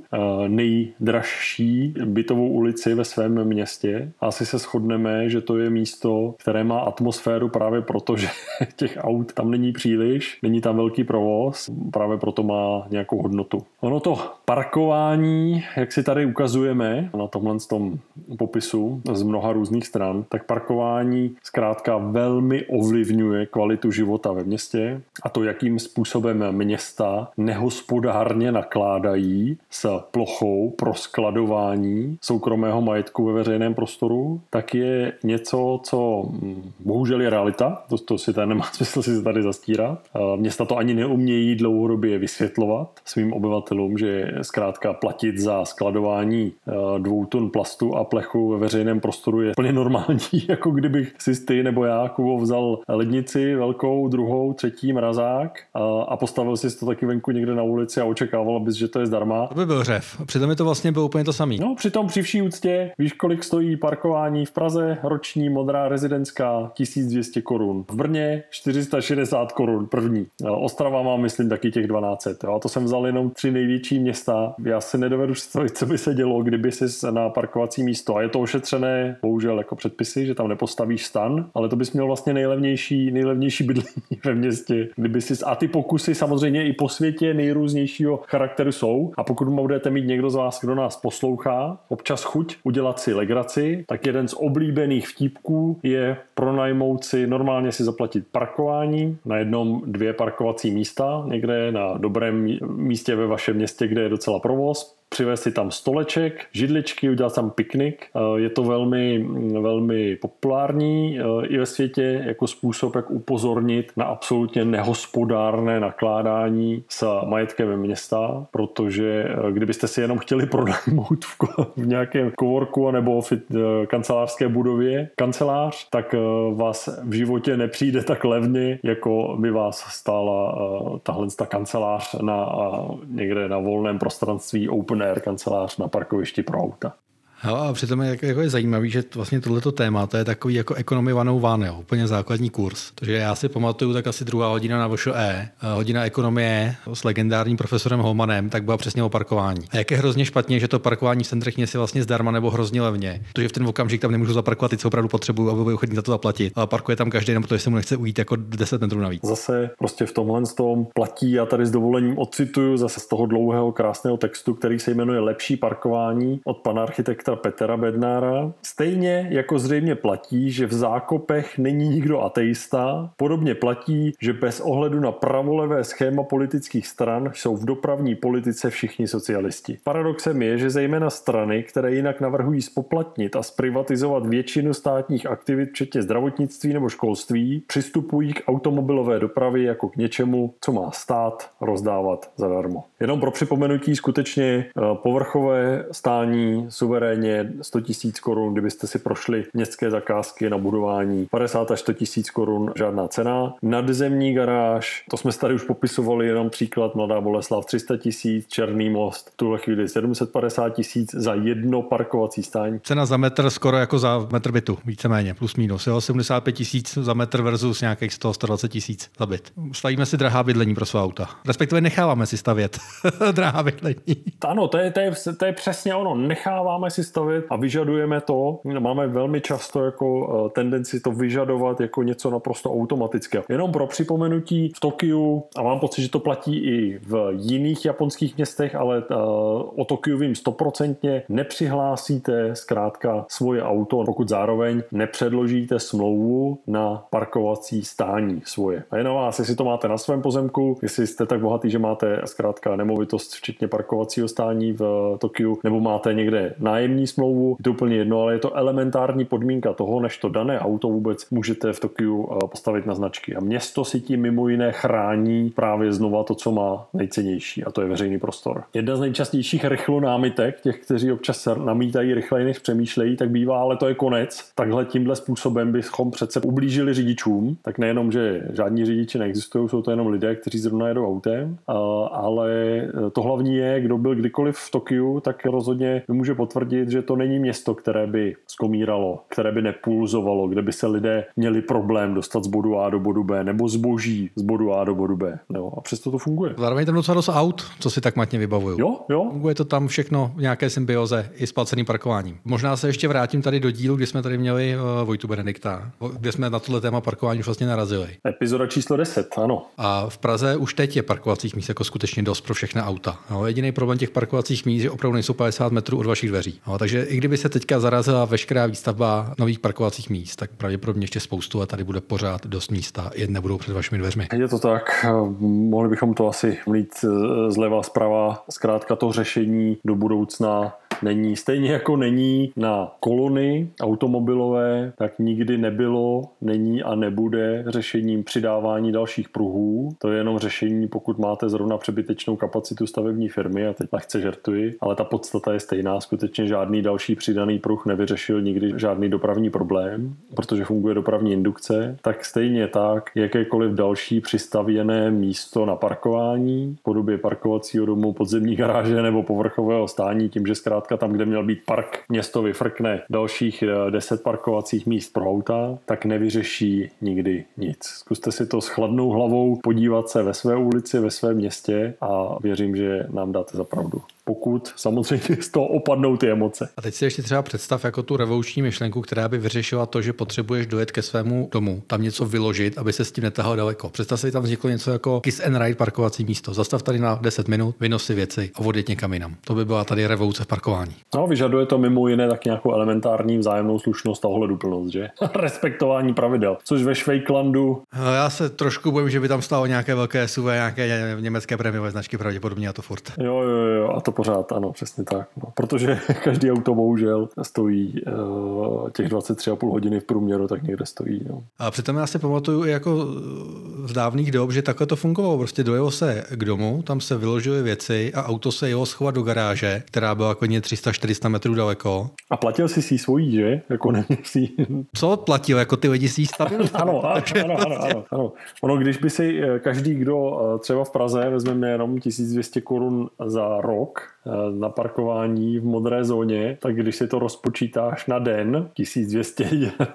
nejdražší bytovou ulici ve svém městě. Asi se shodneme, že to je místo, které má atmosféru právě proto, že těch aut tam není příliš, není tam velký provoz, právě proto má nějakou hodnotu. Ono to parkování, jak si tady ukazujeme na tomhle tom popisu z mnoha různých stran, tak parkování zkrátka velmi ovlivňuje kvalitu života ve městě a to, jakým způsobem města nehospodárně nakládají s plochou pro skladování soukromého majetku ve veřejném prostoru, tak je něco, co bohužel je realita. To si tady nemá smysl si tady zastírat. Města to ani neumějí dlouhodobě vysvětlovat svým obyvatelům, že zkrátka platit za skladování 2 tun plastu a plechu ve veřejném prostoru je plně normální, jako kdybych si ty nebo já, Kubo, vzal lednici velkou, druhou, třetí, mrazák a postavil si to taky venku někde na ulici a očekával bys, že to je zdarma. To by byl řev. Přitom je to vlastně bylo úplně to samé. No, přitom při vší úctě, víš, kolik stojí parkování v Praze, roční modrá rezidentská 1200 korun. V Brně 460 korun první. Ostrava má, myslím, taky těch 1200. A to jsem vzal jenom 3 největší města. Já si nedovedu představit, co by se dělo, kdyby si na parkovací místo. A je to ošetřené, bohužel jako předpisy, že tam nepostavíš stan, ale to bys měl vlastně nejlevnější bydlení ve městě. Kdyby si, a ty pokusy samozřejmě i po světě nejrůznějšího charakteru jsou. A pokud budete mít někdo z vás, kdo nás poslouchá, občas chuť udělat si legraci, tak jeden z oblíbených vtípků je pronajmout si, normálně si zaplatit parkování, na jednom 2 parkovací místa, někde na dobrém místě ve vašem městě, kde je docela provoz, přivést si tam stoleček, židličky, udělat tam piknik. Je to velmi, velmi populární i ve světě jako způsob, jak upozornit na absolutně nehospodárné nakládání s majetkem města, protože kdybyste si jenom chtěli pronajmout v nějakém coworku nebo v kancelářské budově kancelář, tak vás v životě nepřijde tak levně, jako by vás stála tahle kancelář někde na volném prostranství open air kancelář na parkovišti pro auta. A přitom je zajímavý, že vlastně tohleto téma, to je takový jako Economy 101, jo, úplně základní kurz. Takže já si pamatuju, tak asi 2. hodina na VŠE, hodina ekonomie s legendárním profesorem Holmanem, tak byla přesně o parkování. A jak je hrozně špatně, že to parkování v centrech měst je vlastně zdarma nebo hrozně levně. Protože v ten okamžik tam nemůžu zaparkovat ty, co opravdu potřebuju, aby byl ochotný za to zaplatit. A parkuje tam každý, protože se mu nechce ujít jako 10 metrů navíc. Zase prostě v tomhle tom platí, já tady s dovolením odcituju zase z toho dlouhého krásného textu, který se jmenuje Lepší parkování od pana architekta Petra Bednára. Stejně jako zřejmě platí, že v zákopech není nikdo ateista, podobně platí, že bez ohledu na pravolevé schéma politických stran jsou v dopravní politice všichni socialisti. Paradoxem je, že zejména strany, které jinak navrhují spoplatnit a zprivatizovat většinu státních aktivit, včetně zdravotnictví nebo školství, přistupují k automobilové dopravě jako k něčemu, co má stát rozdávat zadarmo. Jenom pro připomenutí, skutečně povrchové stání suverénní teréně 100 000 korun, kdybyste si prošli městské zakázky na budování 50 až 100 000 korun, žádná cena. Nadzemní garáž, to jsme tady už popisovali, jenom příklad, Mladá Boleslav 300 000, Černý Most, v tuhle chvíli 750 000 za jedno parkovací stání. Cena za metr skoro jako za metr bytu, víceméně, plus minus. Jo? 75 000 za metr versus nějakých 120 000 za byt. Stavíme si drahá bydlení pro svá auta. Respektive necháváme si stavět drahá bydlení. Ano, to je přesně ono. Necháváme si stavět a vyžadujeme to. Máme velmi často jako tendenci to vyžadovat jako něco naprosto automatického. Jenom pro připomenutí, v Tokiu, a mám pocit, že to platí i v jiných japonských městech, ale o Tokiu vím 100%, nepřihlásíte zkrátka svoje auto, pokud zároveň nepředložíte smlouvu na parkovací stání svoje. A je na vás, jestli to máte na svém pozemku, jestli jste tak bohatý, že máte zkrátka nemovitost včetně parkovacího stání v Tokiu, nebo máte někde nájemní smlouvu, je to úplně jedno, ale je to elementární podmínka toho, než to dané auto vůbec můžete v Tokiu postavit na značky. A město si tím mimo jiné chrání právě znova to, co má nejcennější, a to je veřejný prostor. Jedna z nejčastějších rychlonámitek, těch, kteří občas namítají rychleji, než přemýšlejí, tak bývá, ale to je konec. Takhle tímhle způsobem bychom přece ublížili řidičům, tak nejenom, že žádní řidiči neexistují, jsou to jenom lidé, kteří zrovna jedou autem, ale to hlavní je, kdo byl kdykoliv v Tokiu, tak rozhodně může potvrdit, že to není město, které by skomíralo, které by nepulzovalo, kde by se lidé měli problém dostat z bodu A do bodu B, nebo zboží z bodu A do bodu B. Jo, a přesto to funguje. Zároveň tam docela dost aut, co si tak matně vybavují. Jo. Funguje to tam všechno v nějaké symbioze i s placeným parkováním. Možná se ještě vrátím tady do dílu, kdy jsme tady měli Vojtu Benedikta, kde jsme na tohle téma parkování už vlastně narazili. Epizoda číslo 10, ano. A v Praze už teď je parkovacích míst jako skutečně dost pro všechny auta. No, jediný problém těch parkovacích míst je opravdu nejsou 50 metrů od vašich dveří. No, takže i kdyby se teďka zarazila veškerá výstavba nových parkovacích míst, tak pravděpodobně ještě spoustu a tady bude pořád dost místa, jen nebudou před vašimi dveřmi. Je to tak, mohli bychom to asi mít zleva zprava, zkrátka to řešení do budoucna není. Stejně jako není na kolony automobilové, tak nikdy nebylo, není a nebude řešením přidávání dalších pruhů. To je jenom řešení, pokud máte zrovna přebytečnou kapacitu stavební firmy, a teď lehce žertuji, ale ta podstata je stejná. Skutečně žádný další přidaný pruh nevyřešil nikdy žádný dopravní problém, protože funguje dopravní indukce. Tak stejně tak, jakékoliv další přistavěné místo na parkování v podobě parkovacího domu, podzemní garáže nebo povrchového stání, tím, že zkrátka tam, kde měl být park, město vyfrkne dalších 10 parkovacích míst pro auta, tak nevyřeší nikdy nic. Zkuste si to s chladnou hlavou podívat se ve své ulici, ve svém městě a věřím, že nám dáte za pravdu. Pokud samozřejmě z toho opadnou ty emoce. A teď si ještě třeba představ jako tu revoluční myšlenku, která by vyřešila to, že potřebuješ dojet ke svému domu, tam něco vyložit, aby se s tím netahal daleko. Představ si, tam vzniklo něco jako kiss and ride parkovací místo. Zastav tady na 10 minut, vynos si věci a odjet někam jinam. To by byla tady revoluce v parkování. No, vyžaduje to mimo jiné tak nějakou elementární vzájemnou slušnost a ohleduplnost, že? Respektování pravidel. Což ve Švejklandu. Já se trošku bojím, že by tam stálo nějaké velké SUV, nějaké německé prémiové značky, pravděpodobně, a to furt. Jo, a to pořád, ano, přesně tak. No. Protože každý auto bohužel stojí těch 23,5 hodiny v průměru, tak někde stojí. No. A přitom já si pamatuju i jako z dávných dob, že takhle to fungovalo. Prostě dojelo se k domu, tam se vyložily věci a auto se jelo schovat do garáže, která byla klidně 300-400 metrů daleko. A platil si svojí, že? Jako nemusí. Co platil? Jako ty lidi si ji stavili? Ano. Ono, když by si každý, kdo třeba v Praze vezme jenom 1200 korun za rok na parkování v modré zóně, tak když si to rozpočítáš na den, 1200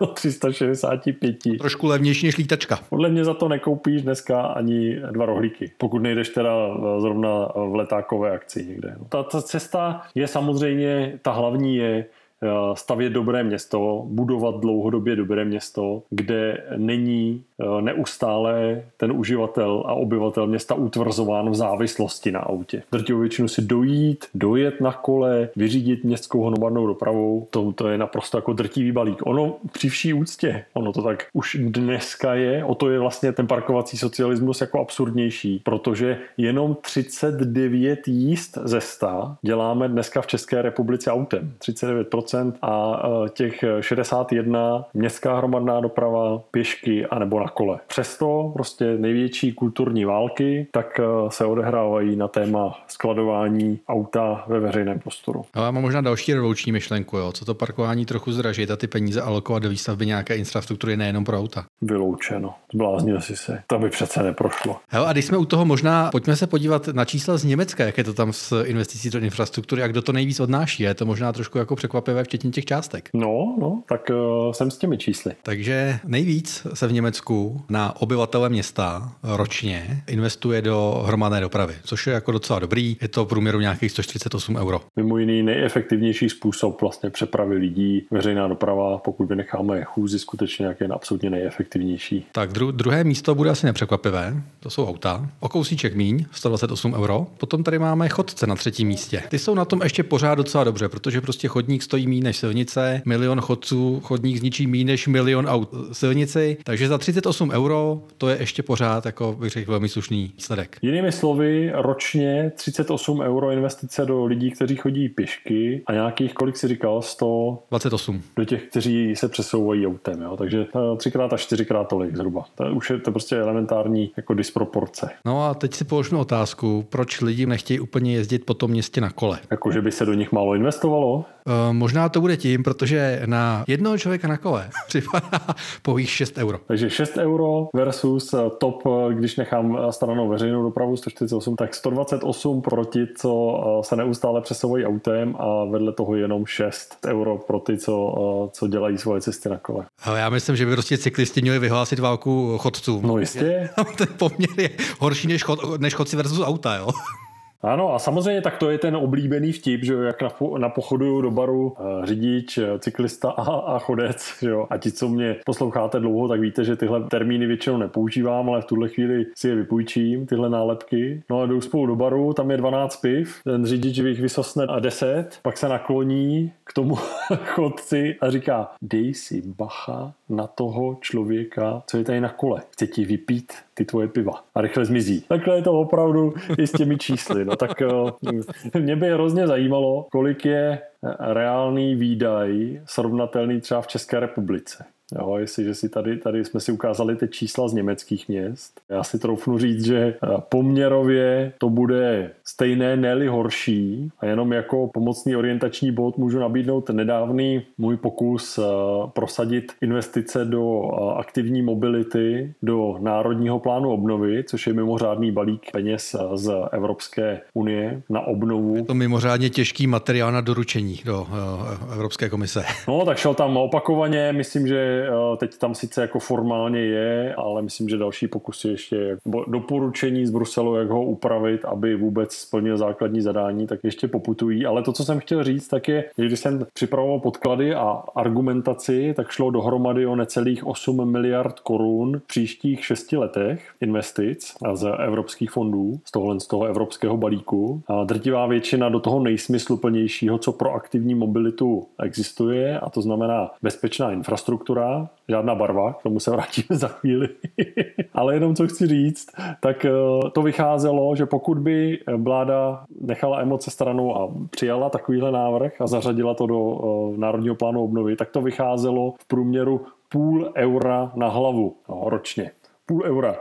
365. Trošku levnější než lítačka. Podle mě za to nekoupíš dneska ani 2 rohlíky, pokud nejdeš teda zrovna v letákové akci někde. Ta cesta je samozřejmě, ta hlavní je stavět dobré město, budovat dlouhodobě dobré město, kde není neustále ten uživatel a obyvatel města utvrzován v závislosti na autě. Drtivou většinu si dojet na kole, vyřídit městskou hromadnou dopravou, to je naprosto jako drtivý balík. Ono při vší úctě, ono to tak už dneska je, o to je vlastně ten parkovací socialismus jako absurdnější, protože jenom 39 jízd ze 100 děláme dneska v České republice autem. 39%. 50% a těch 61 městská hromadná doprava, pěšky a nebo na kole. Přesto prostě největší kulturní války tak se odehrávají na téma skladování auta ve veřejném prostoru. Ale já mám možná další revoluční myšlenku, jo? Co to parkování trochu zdražit a ty peníze alokovat do výstavby nějaké infrastruktury nejenom pro auta. Vyloučeno. Zbláznil jsi se. To by přece neprošlo. Hele, a když jsme u toho možná, pojďme se podívat na čísla z Německa, jak je to tam s investicí do infrastruktury a kdo to nejvíc odnáší. Je to možná trošku jako překvapivé včetně těch částek. No, tak jsem s těmi čísly. Takže nejvíc se v Německu na obyvatele města ročně investuje do hromadné dopravy, což je jako docela dobrý. Je to v průměru nějakých 148 euro. Mimo jiný nejefektivnější způsob vlastně přepravy lidí, veřejná doprava, pokud vynecháme chůzi, skutečně jak je absolutně nejefektivnější. Tak druhé místo bude asi nepřekvapivé, to jsou auta. O kousíček míň, 128 euro. Potom tady máme chodce na třetím místě. Ty jsou na tom ještě pořád docela dobře, protože prostě chodník stojí míň než silnice, milion chodců, chodník zničí míň než milion aut silnici, takže za 38 euro to je ještě pořád, jako bych řekl, velmi slušný výsledek. Jinými slovy, ročně 38 euro investice do lidí, kteří chodí pěšky a nějakých, kolik si říkal, 128. Do těch, kteří se přesouvají autem, jo? Takže 3x a 4x tolik zhruba. To už je to prostě elementární jako disproporce. No a teď si položme otázku, proč lidi nechtějí úplně jezdit po tom městě na kole. Jako, že by se do nich málo investovalo? Možná to bude tím, protože na jednoho člověka na kole připadá pouhých 6 euro. Takže 6 euro versus top, když nechám stranou veřejnou dopravu 148, tak 128 proti, co se neustále přesouvají autem a vedle toho jenom 6 euro pro ty, co dělají svoje cesty na kole. Ale já myslím, že by prostě cyklisti měli vyhlásit válku chodcům. No jistě. Ten poměr je horší než chodci versus auta, jo? Ano, a samozřejmě tak to je ten oblíbený vtip, že jak na pochodu do baru řidič, cyklista a chodec. Že jo? A ti, co mě posloucháte dlouho, tak víte, že tyhle termíny většinou nepoužívám, ale v tuhle chvíli si je vypůjčím, tyhle nálepky. No a jdou spolu do baru, tam je 12 piv, ten řidič jich vysosne 10, pak se nakloní k tomu chodci a říká, dej si bacha na toho člověka, co je tady na kole. Chce ti vypít ty tvoje piva. A rychle zmizí. Takhle je to opravdu i s těmi čísly. No tak mě by hrozně zajímalo, kolik je reálný výdaj srovnatelný třeba v České republice. Jo, jestliže si tady jsme si ukázali ty čísla z německých měst. Já si troufnu říct, že poměrově to bude stejné, ne-li horší. A jenom jako pomocný orientační bod můžu nabídnout nedávný můj pokus prosadit investice do aktivní mobility, do Národního plánu obnovy, což je mimořádný balík peněz z Evropské unie na obnovu. Je to mimořádně těžký materiál na doručení do Evropské komise. No, tak šel tam opakovaně, myslím, že teď tam sice jako formálně je, ale myslím, že další pokusy ještě doporučení z Bruselu, jak ho upravit, aby vůbec splnil základní zadání, tak ještě poputují. Ale to, co jsem chtěl říct, tak je, že když jsem připravoval podklady a argumentaci, tak šlo dohromady o necelých 8 miliard korun v příštích 6 letech investic z evropských fondů, z toho evropského balíku. A drtivá většina do toho nejsmysluplnějšího, co pro aktivní mobilitu existuje, a to znamená bezpečná infrastruktura, žádná barva, k tomu se vrátíme za chvíli. Ale jenom co chci říct, tak to vycházelo, že pokud by vláda nechala emoce stranou a přijala takovýhle návrh a zařadila to do Národního plánu obnovy, tak to vycházelo v průměru 0,5 eura na hlavu ročně. 0,5 eura.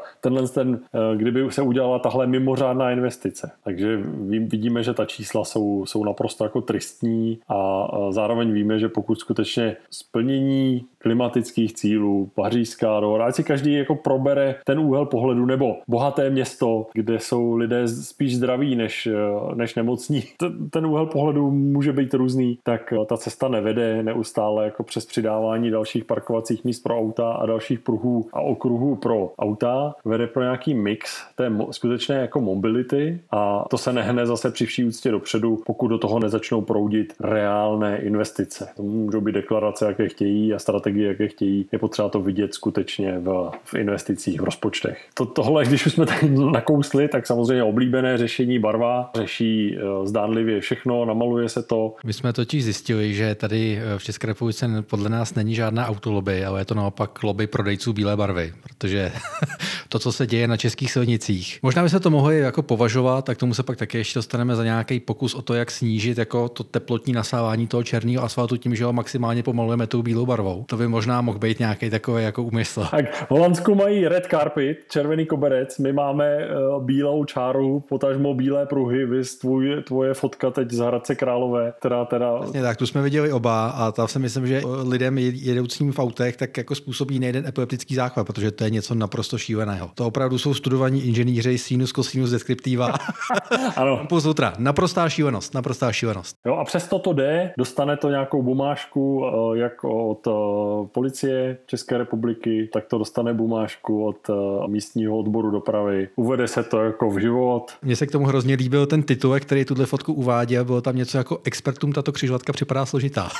Kdyby se udělala tahle mimořádná investice. Takže vidíme, že ta čísla jsou naprosto jako tristní a zároveň víme, že pokud skutečně splnění klimatických cílů, Pařížská dohoda, ať si každý jako probere ten úhel pohledu, nebo bohaté město, kde jsou lidé spíš zdraví než nemocní. Ten úhel pohledu může být různý, tak ta cesta nevede neustále jako přes přidávání dalších parkovacích míst pro auta a dalších pruhů a okruhů pro auta, vede pro nějaký mix té skutečné jako mobility a to se nehne zase při vší úctě dopředu, pokud do toho nezačnou proudit reálné investice. To můžou být deklarace, jaké chtějí a strategie, jaké chtějí. Je potřeba to vidět skutečně v investicích, v rozpočtech. Tohle, když už jsme tady nakousli, tak samozřejmě oblíbené řešení barva řeší zdánlivě všechno, namaluje se to. My jsme totiž zjistili, že tady v České republice podle nás není žádná autolobby, ale je to naopak lobby prodejců bílé barvy, protože to, co se děje na českých silnicích. Možná by se to mohlo jako považovat, tak tomu se pak také ještě dostaneme za nějaký pokus o to, jak snížit jako to teplotní nasávání toho černého asfaltu tím, že ho maximálně pomalujeme tou bílou barvou. To by možná mohl být nějaký takový jako úmysl. Tak v Holandsku mají red carpet, červený koberec, my máme bílou čáru, potažmo bílé pruhy, vys tvoje fotka teď z Hradce Králové, která teda... Vlastně tak, tu jsme viděli oba a tam si myslím, že lidem jedoucím v autech tak jako způsobí nejeden epileptický záchvat, protože to je něco naprosto šíleného. To opravdu jsou studovaní inženýři sinus, cosinus, deskriptiva. Ano. Plus ultra. Naprostá šílenost, naprostá šílenost. Jo, a přesto to jde, dostane to nějakou bumážku, jak od policie České republiky, tak to dostane bumážku od místního odboru dopravy. Uvede se to jako v život. Mně se k tomu hrozně líbil ten titulek, který tuhle fotku uváděl, bylo tam něco jako expertům tato křižovatka připadá složitá.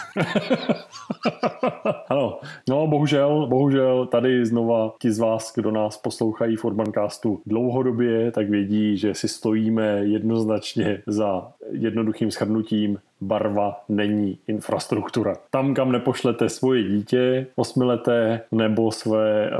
Ano, no bohužel tady znova ti z vás, kdo nás poslouchají v Urbancastu dlouhodobě, tak vědí, že si stojíme jednoznačně za jednoduchým shrnutím: barva není infrastruktura. Tam, kam nepošlete svoje dítě 8leté nebo své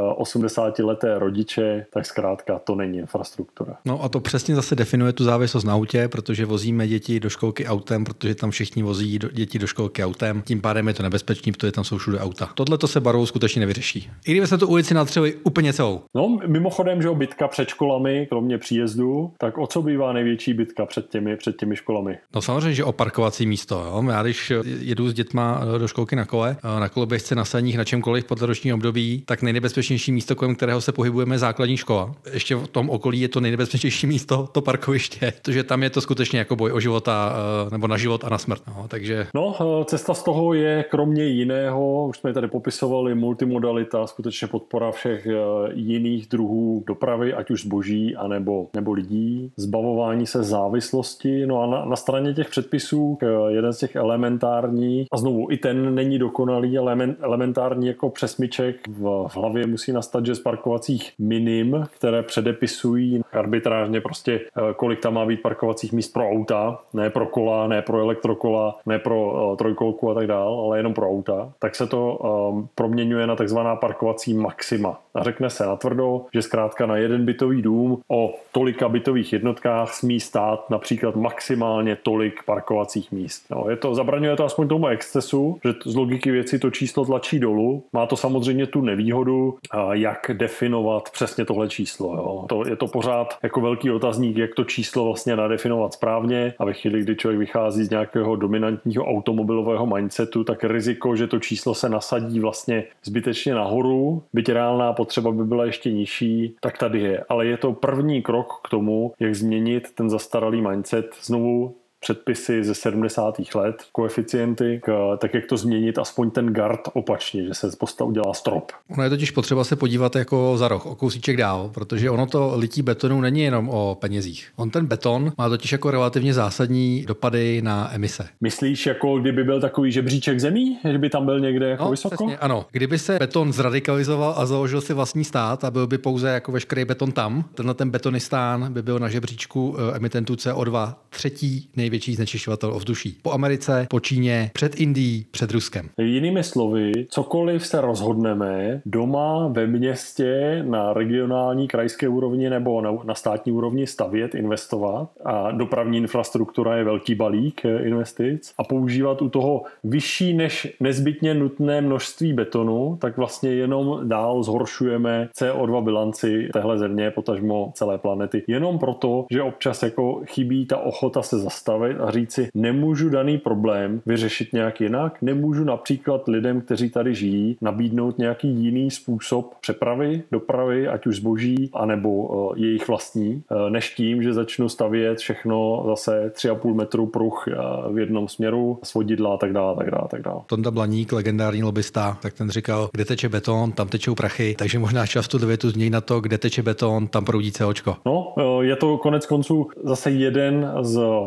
80leté rodiče, tak zkrátka to není infrastruktura. No a to přesně zase definuje tu závislost na autě, protože vozíme děti do školky autem, protože tam všichni vozí děti do školky autem. Tím pádem je to nebezpečný, protože tam jsou všude auta. Tohle to se barvou skutečně nevyřeší. I kdyby se tu ulici natřeli úplně celou. No, mimochodem, že bitka před školami, kromě příjezdu, tak o co bývá největší bitka před těmi školami? No samozřejmě, že o parkovací místo. Jo. Já když jedu s dětma do školky na kole, na koloběžce, na saních, na čemkoliv podle ročního období, tak nejnebezpečnější místo, kolem kterého se pohybujeme, je základní škola. Ještě v tom okolí je to nejnebezpečnější místo, to parkoviště, protože tam je to skutečně jako boj o života nebo na život a na smrt. No, takže... No, cesta z toho je kromě jiného, už jsme tady popisovali, multimodalita, skutečně podpora všech jiných druhů dopravy, ať už zboží, nebo lidí, zbavování se závislosti. No a na straně těch předpisů jeden z těch elementárních, a znovu i ten není dokonalý, ale elementární jako přesmyček v hlavě musí nastat, že z parkovacích minim, které předepisují arbitrážně prostě, kolik tam má být parkovacích míst pro auta, ne pro kola, ne pro elektrokola, ne pro trojkolku a tak dál, ale jenom pro auta, tak se to proměňuje na takzvaná parkovací maxima. A řekne se natvrdo, že zkrátka na jeden bytový dům o tolika bytových jednotkách smí stát například maximálně tolik parkovacích míst. No, zabraňuje to aspoň tomu excesu, že z logiky věci to číslo tlačí dolů. Má to samozřejmě tu nevýhodu, jak definovat přesně tohle číslo. Jo. Je to pořád jako velký otazník, jak to číslo vlastně nadefinovat správně, a ve chvíli, kdy člověk vychází z nějakého dominantního automobilového mindsetu, tak riziko, že to číslo se nasadí vlastně zbytečně nahoru, byť reálná potřeba by byla ještě nižší, tak tady je. Ale je to první krok k tomu, jak změnit ten zastaralý mindset. Znovu předpisy ze 70. let, koeficienty, tak jak to změnit aspoň ten gard opačně, že se udělá strop. Ono je totiž potřeba se podívat jako za roh, o kousíček dál, protože ono to lití betonu není jenom o penězích. On ten beton má totiž jako relativně zásadní dopady na emise. Myslíš, jako kdyby byl takový žebříček zemí, že by tam byl někde jako vysoko? Přesně, ano. Kdyby se beton zradikalizoval a založil si vlastní stát a byl by pouze jako veškerý beton tam, ten betonistán by byl na žebříčku emitentů CO2 třetí největší znečišťovatel ovzduší. Po Americe, po Číně, před Indií, před Ruskem. Jinými slovy, cokoliv se rozhodneme doma, ve městě, na regionální, krajské úrovni nebo na státní úrovni stavět, investovat, a dopravní infrastruktura je velký balík investic, a používat u toho vyšší než nezbytně nutné množství betonu, tak vlastně jenom dál zhoršujeme CO2 bilanci téhle země, potažmo celé planety. Jenom proto, že občas jako chybí ta ochota se zastavit a říct si, nemůžu daný problém vyřešit nějak jinak, nemůžu například lidem, kteří tady žijí, nabídnout nějaký jiný způsob přepravy, dopravy, ať už zboží, anebo jejich vlastní, než tím, že začnu stavět všechno zase 3,5 metru pruh v jednom směru, svodidla a tak dále, tak dále, tak dále. Tonda Blaník, legendární lobista, tak ten říkal, kde teče beton, tam tečou prachy, takže možná často větu změní na to, kde teče beton, tam proudí COčko. No, je to konec konců zase jeden z aspektů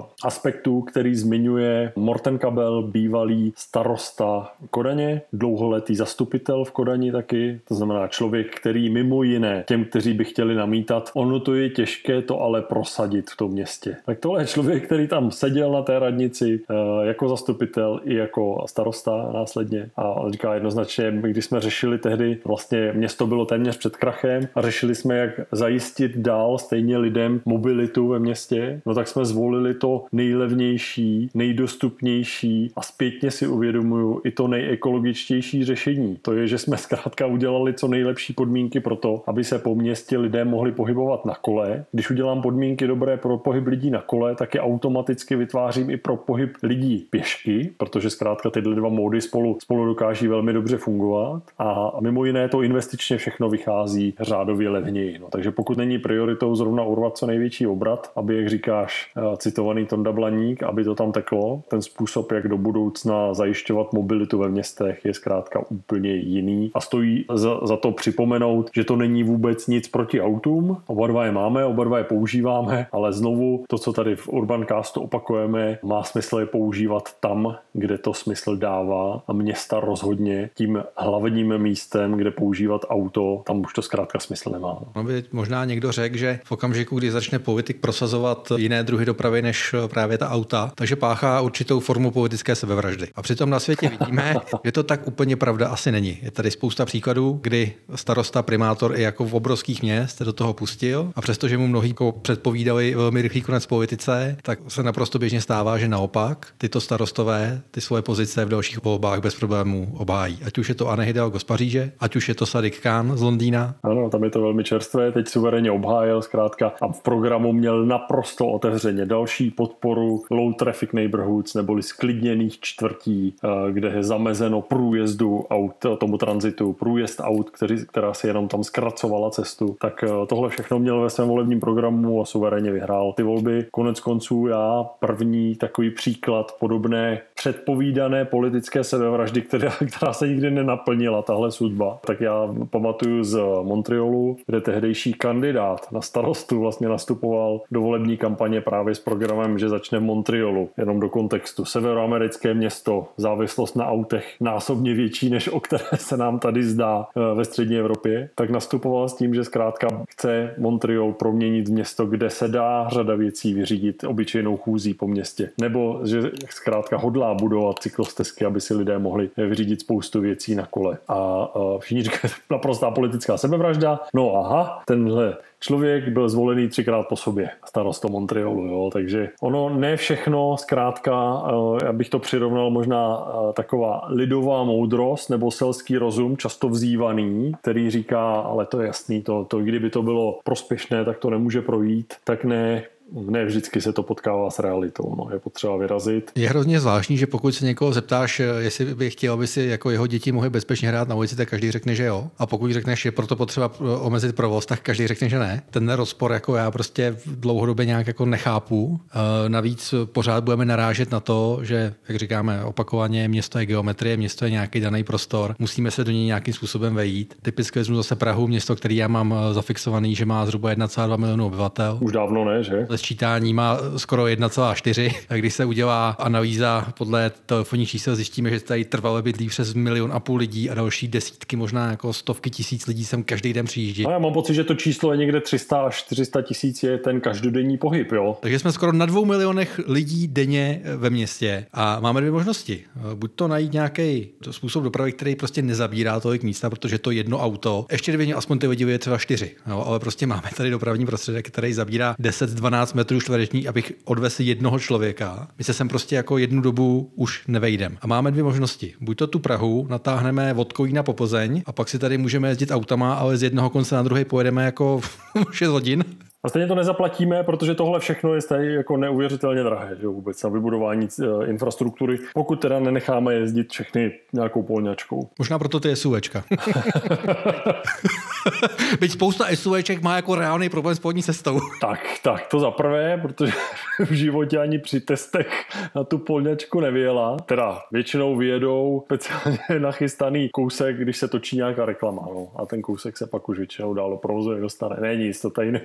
aspektů, který zmiňuje Morten Kabel, bývalý starosta Kodaně, dlouholetý zastupitel v Kodani taky, to znamená člověk, který mimo jiné těm, kteří by chtěli namítat, ono to je těžké to ale prosadit v tom městě. Tak tohle je člověk, který tam seděl na té radnici jako zastupitel i jako starosta následně a on říká jednoznačně, když jsme řešili tehdy, vlastně město bylo téměř před krachem a řešili jsme, jak zajistit dál stejně lidem mobilitu ve městě, no tak jsme zvolili to nejlevnější, nejdostupnější a zpětně si uvědomuju i to nejekologičtější řešení. To je, že jsme zkrátka udělali co nejlepší podmínky pro to, aby se po městě lidé mohli pohybovat na kole. Když udělám podmínky dobré pro pohyb lidí na kole, tak je automaticky vytvářím i pro pohyb lidí pěšky, protože zkrátka tyhle dva módy spolu dokáží velmi dobře fungovat a mimo jiné to investičně všechno vychází řádově levněji. No, takže pokud není prioritou zrovna urvat co největší obrat, aby, jak říkáš, citovaný Tonda Blaník, aby to tam teklo, ten způsob, jak do budoucna zajišťovat mobilitu ve městech, je zkrátka úplně jiný a stojí za to připomenout, že to není vůbec nic proti autům. Oba dva je máme, oba dva je používáme, ale znovu to, co tady v Urbancastu opakujeme, má smysl je používat tam, kde to smysl dává a města rozhodně tím hlavním místem, kde používat auto, tam už to zkrátka smysl nemá. No by možná někdo řekl, že v okamžiku, kdy začne politik prosazovat jiné druhy dopravy než právě ta auta, takže páchá určitou formu politické sebevraždy. A přitom na světě vidíme, že to tak úplně pravda asi není. Je tady spousta příkladů, kdy starosta, primátor i jako v obrovských měst do toho pustil a přestože mu mnohí předpovídali velmi rychlý konec politice, tak se naprosto běžně stává, že naopak tyto starostové ty svoje pozice v dalších volbách bez problémů obhájí. Ať už je to Anne Hidalgo z Paříže, ať už je to Sadiq Khan z Londýna. Ano, tam je to velmi čerstvé, teď suverénně obhájil zkrátka a v programu měl naprosto otevřeně další podporu low traffic neighborhoods neboli sklidněných čtvrtí, kde je zamezeno průjezdu aut, tomu tranzitu, průjezd aut, která si jenom tam zkracovala cestu. Tak tohle všechno měl ve svém volebním programu a suverénně vyhrál ty volby. Konec konců já první takový příklad podobné předpovídané politické sebevraždy, která se nikdy nenaplnila, tahle sudba. Tak já pamatuju z Montrealu, kde tehdejší kandidát na starostu vlastně nastupoval do volební kampaně právě s programem, že začne v Montrealu. Jenom do kontextu. Severoamerické město, závislost na autech násobně větší, než o které se nám tady zdá ve střední Evropě. Tak nastupoval s tím, že zkrátka chce Montreal proměnit v město, kde se dá řada věcí vyřídit obyčejnou chůzí po městě. Nebo že zkrátka hodlá budovat cyklostezky, aby si lidé mohli vyřídit spoustu věcí na kole. A všichni říkají, naprostá politická sebevražda. No aha, tenhle člověk byl zvolený 3krát po sobě starosto Montrealu, jo, takže ono ne všechno, zkrátka, já bych to přirovnal možná taková lidová moudrost nebo selský rozum, často vzývaný, který říká, ale to je jasný, to kdyby to bylo prospěšné, tak to nemůže projít, tak ne vždycky se to potkává s realitou, no, je potřeba vyrazit. Je hrozně zvláštní, že pokud se někoho zeptáš, jestli by chtěl, aby si jako jeho děti mohly bezpečně hrát na ulici, tak každý řekne, že jo. A pokud řekneš, že je proto potřeba omezit provoz, tak každý řekne, že ne. Ten rozpor jako já prostě dlouhodobě nějak jako nechápu. Navíc pořád budeme narážet na to, že, jak říkáme opakovaně, město je geometrie, město je nějaký daný prostor, musíme se do něj nějakým způsobem vejít. Typicky vezmu zase Prahu, město, který já mám zafixovaný, že má zhruba 1,2 milionu obyvatel. Už dávno ne, že? Sčítání má skoro 1,4. A když se udělá analýza podle telefonních čísel, zjistíme, že tady trvale bydlí přes 1,5 milionu lidí a další desítky, možná jako stovky tisíc lidí sem každý den přijíždí. No, já mám pocit, že to číslo je někde 300 až 400 tisíc je ten každodenní pohyb, jo. Takže jsme skoro na 2 milionech lidí denně ve městě a máme dvě možnosti. Buď to najít nějaký způsob dopravy, který prostě nezabírá tolik místa, protože to jedno auto, ještě kdyby aspoň ty lidi byly třeba 4, jo, ale prostě máme tady dopravní prostředek, který zabírá 10-12 metrů čtverečních, abych odvezl jednoho člověka. My se sem prostě jako jednu dobu už nevejdem. A máme dvě možnosti. Buď to tu Prahu natáhneme od Kolína po Plzeň a pak si tady můžeme jezdit autama, ale z jednoho konce na druhý pojedeme jako 6 hodin. A stejně to nezaplatíme, protože tohle všechno je stejně jako neuvěřitelně drahé, že vůbec na vybudování infrastruktury, pokud teda nenecháme jezdit všechny nějakou polňačkou. Možná proto ty SUVčka. Byť spousta SUVček má jako reálný problém s polní cestou. Tak, to za prvé, protože v životě ani při testech na tu polňačku nevyjela. Teda většinou vyjedou speciálně nachystaný kousek, když se točí nějaká reklama. No. A ten kousek se pak už většinou dál do provozu nedostane. Ne nic, to tady nebude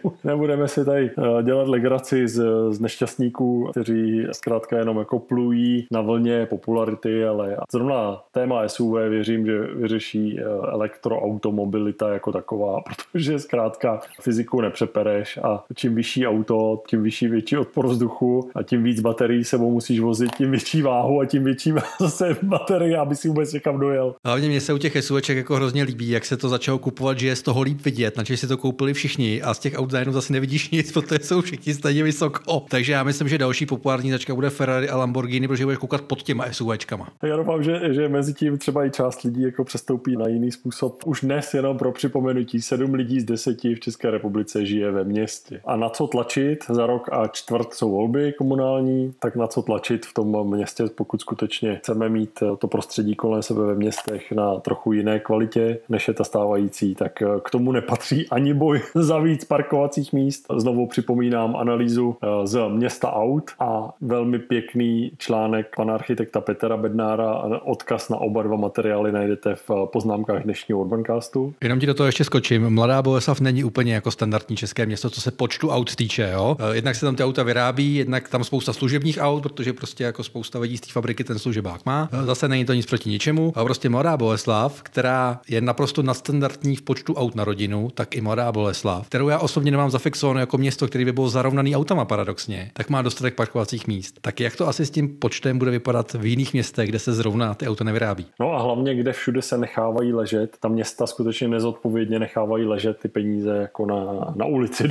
nebudeme si tady dělat legraci z nešťastníků, kteří zkrátka jenom jako plují na vlně popularity, ale zrovna téma SUV věřím, že vyřeší elektroautomobilita jako taková, protože zkrátka fyziku nepřepereš a čím vyšší auto, tím větší odpor vzduchu a tím víc baterií sebou musíš vozit, tím větší váhu a tím větší zase baterie, aby si vůbec někam dojel. Hlavně mě se u těch SUVček jako hrozně líbí, jak se to začalo kupovat, že je z toho líp vidět, načež si to koupili všichni a z těch aut najednou zase nevidíš nic, protože jsou všichni stejně vysoko. Takže já myslím, že další populární značka bude Ferrari a Lamborghini, protože budeš koukat pod těma SUVčkama. Já doufám, že mezi tím třeba i část lidí jako přestoupí na jiný způsob. Už dnes jenom pro připomenutí 7 lidí z 10 v České republice žije ve městě. A na co tlačit? Za rok a čtvrt jsou volby komunální, tak na co tlačit v tom městě, pokud skutečně chceme mít to prostředí kolem sebe ve městech na trochu jiné kvalitě, než je ta stávající, tak k tomu nepatří ani boj za víc parkovacích míst. Znovu připomínám analýzu z Města aut a velmi pěkný článek pana architekta Petra Bednára. Odkaz na oba dva materiály najdete v poznámkách dnešního Urbancastu. Jenom ti do toho ještě skočím. Mladá Boleslav není úplně jako standardní české město, co se počtu aut týče. Jo? Jednak se tam ty auta vyrábí, jednak tam spousta služebních aut, protože prostě jako spousta lidí z té fabriky ten služebák má. Zase není to nic proti ničemu. A prostě Mladá Boleslav, která je naprosto nadstandardní v počtu aut na rodinu, tak i Mladá Boleslav, kterou já osobně nemám zafixovanou jako město, který by bylo zarovnaný autama paradoxně, tak má dostatek parkovacích míst. Tak jak to asi s tím počtem bude vypadat v jiných městech, kde se zrovna ty auta nevyrábí? No a hlavně, kde všude se nechávají ležet, ta města skutečně nezodpovědně nechávají ležet ty peníze jako na ulici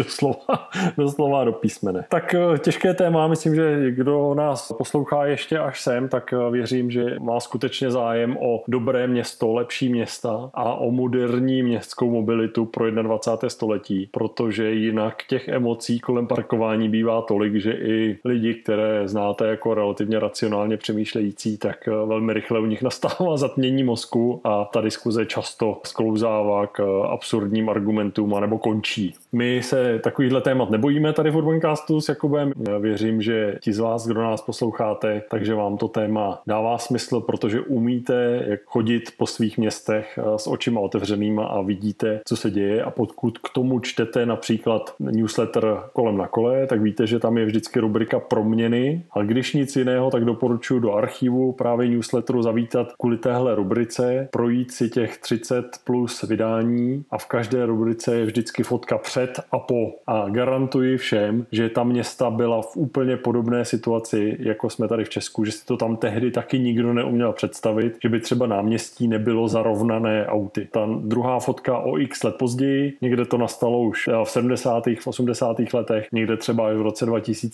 doslova do písmene. Tak těžké téma, myslím, že kdo nás poslouchá ještě až sem, tak věřím, že má skutečně zájem o dobré město, lepší města a o moderní městskou mobilitu pro 21. století, protože jinak těch emocí kolem parkování bývá tolik, že i lidi, které znáte jako relativně racionálně přemýšlející, tak velmi rychle u nich nastává zatmění mozku a ta diskuze často sklouzává k absurdním argumentům anebo končí. My se takovýchhle témat nebojíme tady v Urbancastu s Jakubem. Já věřím, že ti z vás, kdo nás posloucháte, takže vám to téma dává smysl, protože umíte jak chodit po svých městech s očima otevřenýma a vidíte, co se děje, a pokud k tomu čtete například newsletter Kolem na kole, tak víte, že tam je vždycky rubrika proměny, ale když nic jiného, tak doporučuji do archivu právě newsletteru zavítat kvůli téhle rubrice, projít si těch 30 plus vydání a v každé rubrice je vždycky fotka před a po. A garantuji všem, že ta města byla v úplně podobné situaci, jako jsme tady v Česku, že si to tam tehdy taky nikdo neuměl představit, že by třeba náměstí nebylo zarovnané auty. Ta druhá fotka o x let později, někde to nastalo už v 70. v 80. letech, někde třeba i v roce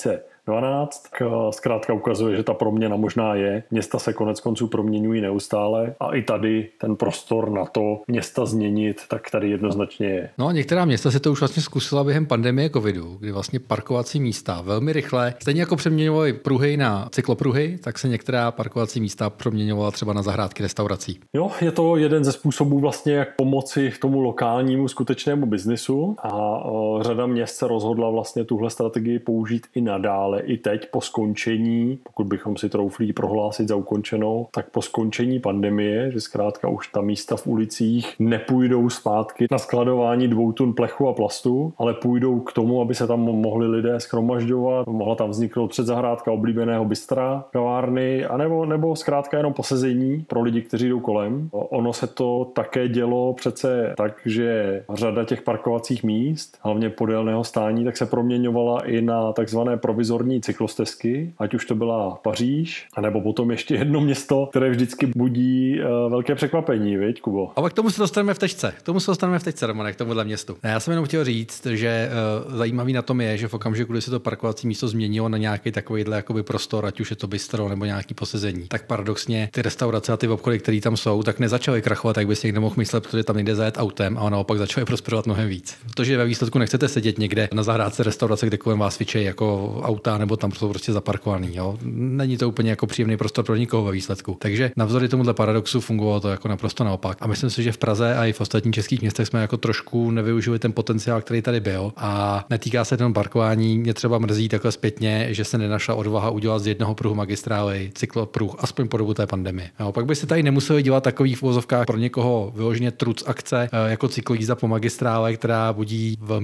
2012. Zkrátka ukazuje, že ta proměna možná je. Města se konec konců proměňují neustále a i tady ten prostor na to města změnit, tak tady jednoznačně je. No a některá města se to už vlastně zkusila během pandemie covidu, kdy vlastně parkovací místa velmi rychle, stejně jako přeměňovaly pruhy na cyklopruhy, tak se některá parkovací místa proměňovala třeba na zahrádky restaurací. Jo, je to jeden ze způsobů vlastně, jak pomoci tomu lokálnímu skutečnému biznisu a řada měst se rozhodla vlastně tuhle strategii použít i nadále, i teď po skončení, pokud bychom si troufli prohlásit za ukončenou, tak po skončení pandemie, že zkrátka už ta místa v ulicích nepůjdou zpátky na skladování 2 tun plechu a plastu, ale půjdou k tomu, aby se tam mohli lidé shromažďovat, mohla tam vzniknout předzahrádka oblíbeného bystra, kavárny, nebo zkrátka jenom posezení pro lidi, kteří jdou kolem. Ono se to také dělo přece tak, že řada těch parkovacích míst, hlavně podélného stání, tak se proměňovala i na takzvané provizorní cyklostezky, ať už to byla Paříž, anebo potom ještě jedno město, které vždycky budí velké překvapení, viď, Kubo? Ale k tomu se dostaneme v tečce. Romane, k tomuhle městu. Já jsem jenom chtěl říct, že zajímavý na tom je, že v okamžiku, kdy se to parkovací místo změnilo na nějaký takovýhle jakoby prostor, ať už je to bistro nebo nějaký posezení, tak paradoxně ty restaurace a ty obchody, které tam jsou, tak nezačaly krachovat, jak by si někdo mohl myslet, protože tam nejde zajet autem, a naopak začaly prosperovat mnohem víc. Protože ve výsledku nechcete sedět někde na zahrádce restaurace, kde kolem vás svičejí jako auta, nebo tam jsou prostě zaparkovaný. Jo? Není to úplně jako příjemný prostor pro nikoho ve výsledku. Takže navzdory tomuhle paradoxu fungovalo to jako naprosto naopak. A myslím si, že v Praze a i v ostatních českých městech jsme jako trošku nevyužili ten potenciál, který tady byl. A netýká se jenom parkování. Mě třeba mrzí takhle zpětně, že se nenašla odvaha udělat z jednoho pruhu magistrály cyklopruh, aspoň po dobu té pandemie. No, pak by se tady nemuseli dělat takových v uvozovkách pro někoho vyloženě truc akce jako cyklojízda po magistrále, která budí velmi zajímavé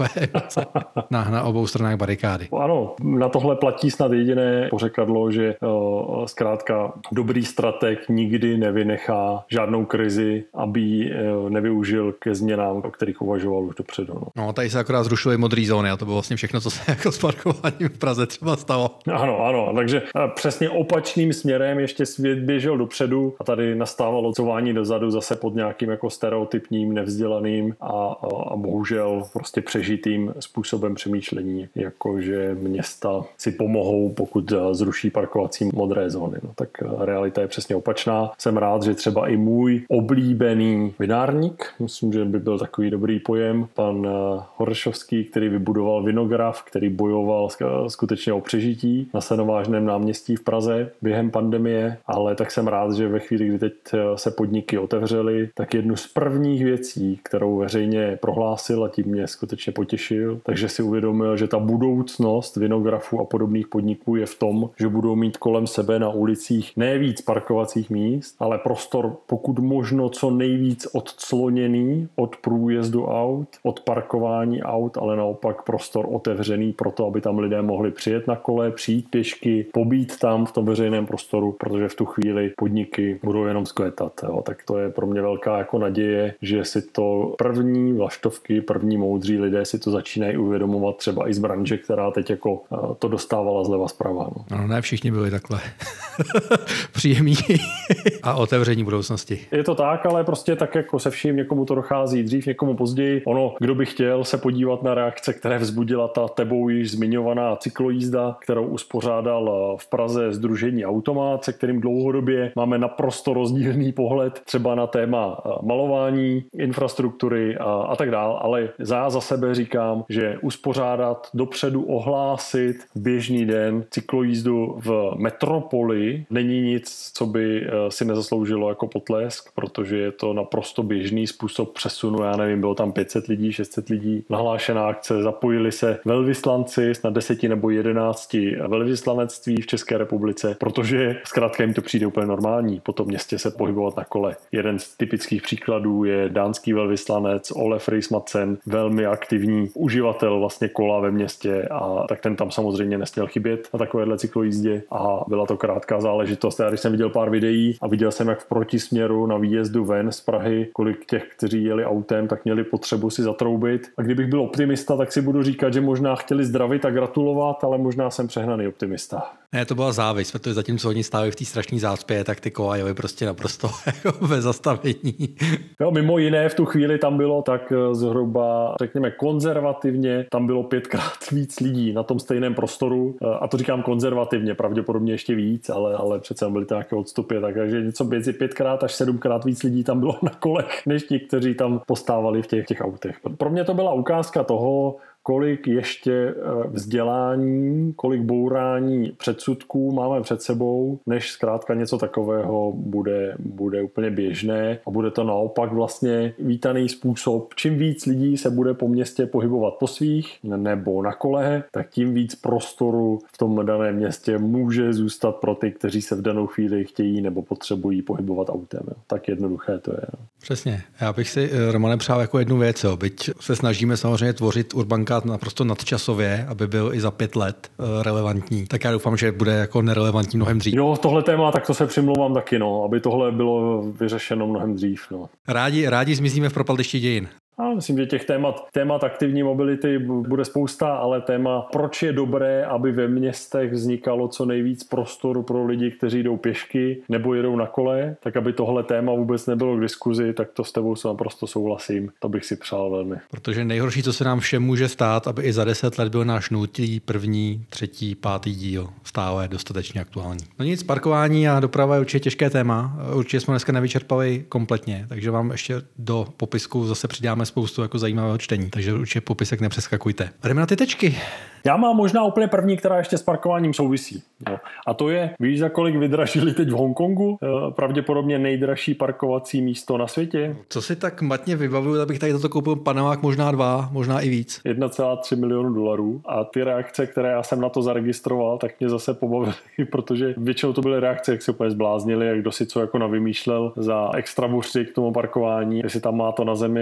takové emoce na obou stranách barikády. Ano, na tohle platí snad jediné pořekadlo, že zkrátka dobrý strateg nikdy nevynechá žádnou krizi, aby ji nevyužil ke změnám, o kterých uvažoval už dopředu. No, tady se akorát zrušily modré zóny a to bylo vlastně všechno, co se jako s parkováním v Praze třeba stalo. Ano, takže přesně opačným směrem ještě svět běžel dopředu a tady nastávalo couvání dozadu zase pod nějakým jako stereotypním, nevzdělaným a bohužel prostě přežitým způsobem přemýšlení, jakože města si pomohou, pokud zruší parkovací modré zóny. No, tak realita je přesně opačná. Jsem rád, že třeba i můj oblíbený vinárník, myslím, že by byl takový dobrý pojem, pan Horšovský, který vybudoval Vinograf, který bojoval skutečně o přežití na Senovážném náměstí v Praze během pandemie, ale tak jsem rád, že ve chvíli, kdy teď se podniky otevřely, tak jednu z prvních věcí, kterou veřejně prohlásil a tím mě skutečně potěšil, takže si uvědomil, že ta budoucnost Vinografu a podobných podniků je v tom, že budou mít kolem sebe na ulicích ne víc parkovacích míst, ale prostor pokud možno co nejvíc odcloněný od průjezdu aut, od parkování aut, ale naopak prostor otevřený pro to, aby tam lidé mohli přijet na kole, přijít pěšky, pobít tam v tom veřejném prostoru, protože v tu chvíli podniky budou jenom zkvétat. Jo. Tak to je pro mě velká jako naděje, že si to první vlaštovky, první moudří lidé si to začínají uvědomovat třeba i z branže, která teď jako to dostávala zleva zprava. No. No, ne všichni byli takhle příjemní a otevření budoucnosti. Je to tak, ale prostě tak jako se vším, někomu to dochází dřív, někomu později. Ono, kdo by chtěl se podívat na reakce, které vzbudila ta tebou již zmiňovaná cyklojízda, kterou uspořádal v Praze Sdružení Automat, se kterým dlouhodobě máme naprosto rozdílný pohled třeba na téma malování, infrastruktury a tak dál, ale já za sebe říkám, že uspořádat, dopředu ohlásit běžný den cyklojízdu v metropoli není nic, co by si nezasloužilo jako potlesk, protože je to naprosto běžný způsob přesunu, já nevím, bylo tam 500 lidí, 600 lidí, nahlášená akce, zapojili se velvyslanci, snad 10 nebo 11 velvyslanectví v České republice, protože zkrátka jim to přijde úplně normální po tom městě se pohybovat na kole. Jeden z typických příkladů je dánský velvyslanec Olaf Reismadsen, velmi aktivní uživatel vlastně kola ve městě a tak ten tam samozřejmě nesměl chybět na takovéhle cyklojízdě a byla to krátká záležitost. Já když jsem viděl pár videí a viděl jsem, jak v protisměru na výjezdu ven z Prahy, kolik těch, kteří jeli autem, tak měli potřebu si zatroubit. A kdybych byl optimista, tak si budu říkat, že možná chtěli zdravit a gratulovat, ale možná jsem přehnaný optimista. Ne, to byla závis, protože zatímco oni stáli v té strašné zácpě, tak ty kola jeli prostě naprosto jako bez zastavení. Jo, mimo jiné v tu chvíli tam bylo tak zhruba, řekněme konzervativně, tam bylo 5krát víc lidí na tom stejném prostoru a to říkám konzervativně, pravděpodobně ještě víc, ale přece byly to nějaké odstupy, takže něco mezi 5krát až 7krát víc lidí tam bylo na kolech, než ti, kteří tam postávali v těch autech. Pro mě to byla ukázka toho, kolik ještě vzdělání, kolik bourání předsudků máme před sebou, než zkrátka něco takového bude úplně běžné a bude to naopak vlastně vítaný způsob. Čím víc lidí se bude po městě pohybovat po svých nebo na kole, tak tím víc prostoru v tom daném městě může zůstat pro ty, kteří se v danou chvíli chtějí nebo potřebují pohybovat autem. Tak jednoduché to je. Přesně. Já bych si, Romane, přál jako jednu věc. Byť se snažíme samozřejmě tvořit Urbankát naprosto nadčasově, aby byl i za 5 let relevantní. Tak já doufám, že bude jako nerelevantní mnohem dřív. Jo, tohle téma, tak to se přimlouvám taky, aby tohle bylo vyřešeno mnohem dřív. Rádi zmizíme v propadišti dějin. A myslím, že těch témat aktivní mobility bude spousta, ale téma, proč je dobré, aby ve městech vznikalo co nejvíc prostoru pro lidi, kteří jdou pěšky nebo jedou na kole, tak aby tohle téma vůbec nebylo k diskuzi, tak to s tebou naprosto souhlasím. To bych si přál velmi. Protože nejhorší, co se nám všem může stát, aby i za 10 let byl náš nutý první, třetí, pátý díl stále dostatečně aktuální. No nic, parkování a doprava je určitě těžké téma. Určitě jsme dneska nevyčerpali kompletně, takže vám ještě do popisku zase přidáme spoustu jako zajímavého čtení, takže určitě popisek nepřeskakujte. Jdeme na ty tečky. Já mám možná úplně první, která ještě s parkováním souvisí. Jo. A to je, víš, za kolik vydražili teď v Hongkongu? Pravděpodobně nejdražší parkovací místo na světě. Co si tak matně vybavuju, abych tady toto koupil panelák možná 2, možná i víc. 1,3 milionu dolarů. A ty reakce, které já jsem na to zaregistroval, tak mě zase pobavily, protože většinou to byly reakce, jak se úplně zbláznili, jak kdo si co jako navymýšlel za extra buřty k tomu parkování, jestli tam má to na zemi jako tu plochu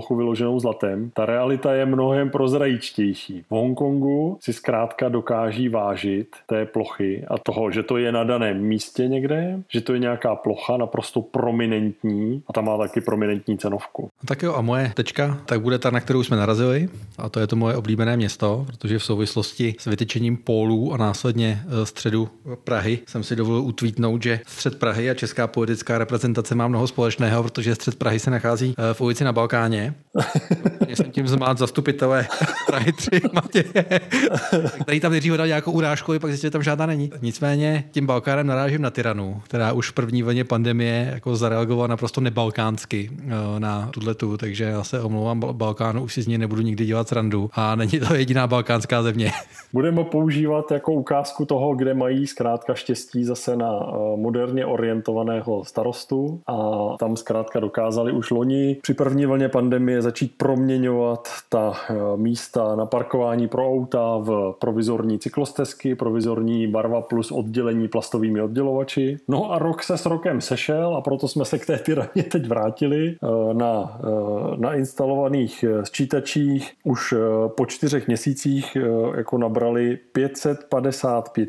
plochu vyloženou zlatem. Ta realita je mnohem prozrajičtější. V Hongkongu si zkrátka dokáží vážit té plochy a toho, že to je na daném místě někde, že to je nějaká plocha naprosto prominentní a ta má taky prominentní cenovku. Tak jo, a moje tečka, tak bude ta, na kterou jsme narazili, a to je to moje oblíbené město, protože v souvislosti s vytyčením pólů a následně středu Prahy jsem si dovolil utweetnout, že střed Prahy a česká politická reprezentace má mnoho společného, protože střed Prahy se nachází v ulici Na Balkáně. Já jsem tím zmát zastupitele Prahy 3 Matěje, který tam nejdřív dal nějakou urážku a pak zjistil, že tam žádná není. Nicméně tím Balkánem narážím na Tiranu, která už v první vlně pandemie jako zareagovala naprosto nebalkánsky na tuhletu, takže já se omlouvám Balkánu, už si z něj nebudu nikdy dělat srandu a není to jediná balkánská země. Budeme používat jako ukázku toho, kde mají zkrátka štěstí zase na moderně orientovaného starostu a tam zkrátka dokázali už loni při první vlně pandemie začít proměňovat ta místa na parkování pro auta v provizorní cyklostezky, provizorní barva plus oddělení plastovými oddělovači. No a rok se s rokem sešel a proto jsme se k té Tiraně teď vrátili. Na instalovaných sčítačích už po 4 měsících jako nabrali 555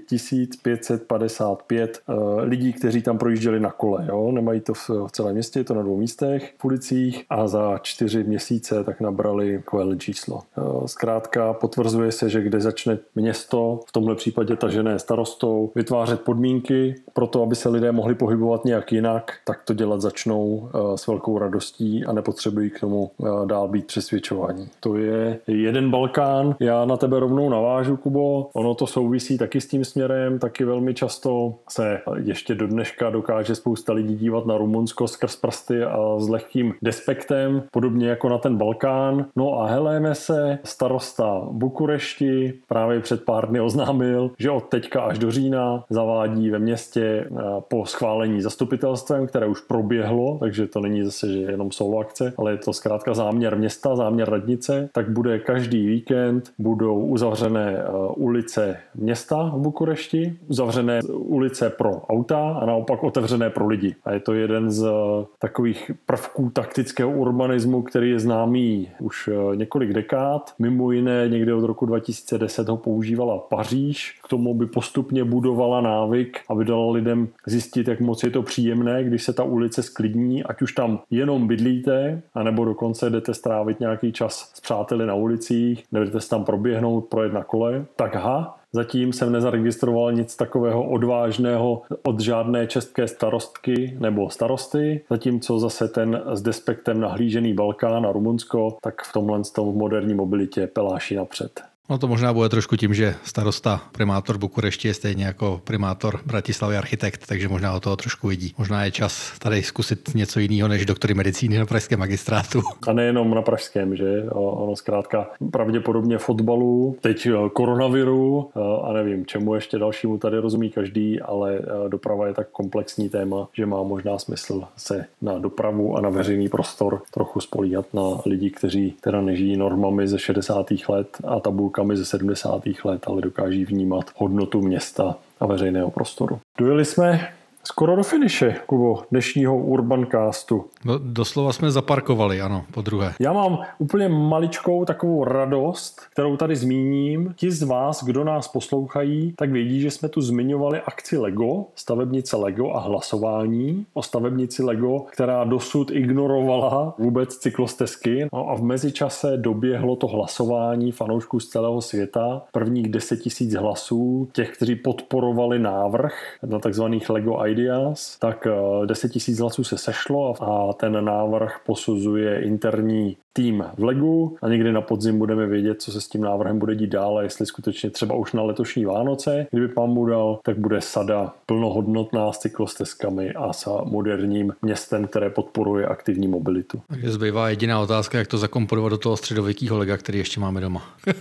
555 lidí, kteří tam projížděli na kole. Jo? Nemají to v celém městě, je to na 2 místech v ulicích a za 4 měsíce tak nabrali takové číslo. Zkrátka potvrzuje se, že kde začne město, v tomhle případě tažené starostou, vytvářet podmínky pro to, aby se lidé mohli pohybovat nějak jinak, tak to dělat začnou s velkou radostí a nepotřebují k tomu dál být přesvědčování. To je jeden Balkán. Já na tebe rovnou navážu, Kubo. Ono to souvisí taky s tím směrem, taky velmi často se ještě do dneška dokáže spousta lidí dívat na Rumunsko skrz prsty a s lehkým despektem, podobně jako na ten Balkán. No a helejme se, starosta Bukurešti právě před pár dny oznámil, že od teďka až do října zavádí ve městě po schválení zastupitelstvem, které už proběhlo, takže to není zase, že jenom solo akce, ale je to zkrátka záměr města, záměr radnice, tak bude každý víkend budou uzavřené ulice města v Bukurešti, uzavřené ulice pro auta a naopak otevřené pro lidi. A je to jeden z takových prvků taktického urbanismu, který je známý už několik dekád. Mimo jiné někde od roku 2010 ho používala Paříž. K tomu by postupně budovala návyk, aby dala lidem zjistit, jak moc je to příjemné, když se ta ulice sklidní, ať už tam jenom bydlíte, anebo dokonce jdete strávit nějaký čas s přáteli na ulicích, jdete se tam proběhnout, projet na kole. Tak zatím jsem nezaregistroval nic takového odvážného od žádné české starostky nebo starosty, zatímco zase ten s despektem nahlížený Balkán a Rumunsko, tak v tomhle moderní mobilitě peláší napřed. No to možná bude trošku tím, že starosta, primátor Bukurešti je stejně jako primátor Bratislavy architekt, takže možná o toho trošku vidí. Možná je čas tady zkusit něco jiného než doktory medicíny na pražském magistrátu. A nejenom na pražském, že? Ono zkrátka pravděpodobně fotbalu, teď koronaviru a nevím, čemu ještě dalšímu tady rozumí každý, ale doprava je tak komplexní téma, že má možná smysl se na dopravu a na veřejný prostor trochu spolíhat na lidi, kteří teda nežijí normami ze 60. let a tabulkami ze 70. let, ale dokáží vnímat hodnotu města a veřejného prostoru. Dojeli jsme skoro do finiše, Kubo, dnešního Urbancastu. No, doslova jsme zaparkovali, ano, po druhé. Já mám úplně maličkou takovou radost, kterou tady zmíním. Ti z vás, kdo nás poslouchají, tak vědí, že jsme tu zmiňovali akci LEGO, stavebnice LEGO a hlasování o stavebnici LEGO, která dosud ignorovala vůbec cyklostezky. No a v mezičase doběhlo to hlasování fanoušků z celého světa. Prvních 10 000 hlasů, těch, kteří podporovali návrh na takzvaných LEGO Ideas, tak 10 000 hlasů se sešlo a ten návrh posuzuje interní tým v LEGu a někdy na podzim budeme vědět, co se s tím návrhem bude dít dál a jestli skutečně třeba už na letošní Vánoce, kdyby pán mu dal, tak bude sada plnohodnotná s cyklostezkami a s moderním městem, které podporuje aktivní mobilitu. Takže zbývá jediná otázka, jak to zakomponovat do toho středověkého LEGa, který ještě máme doma.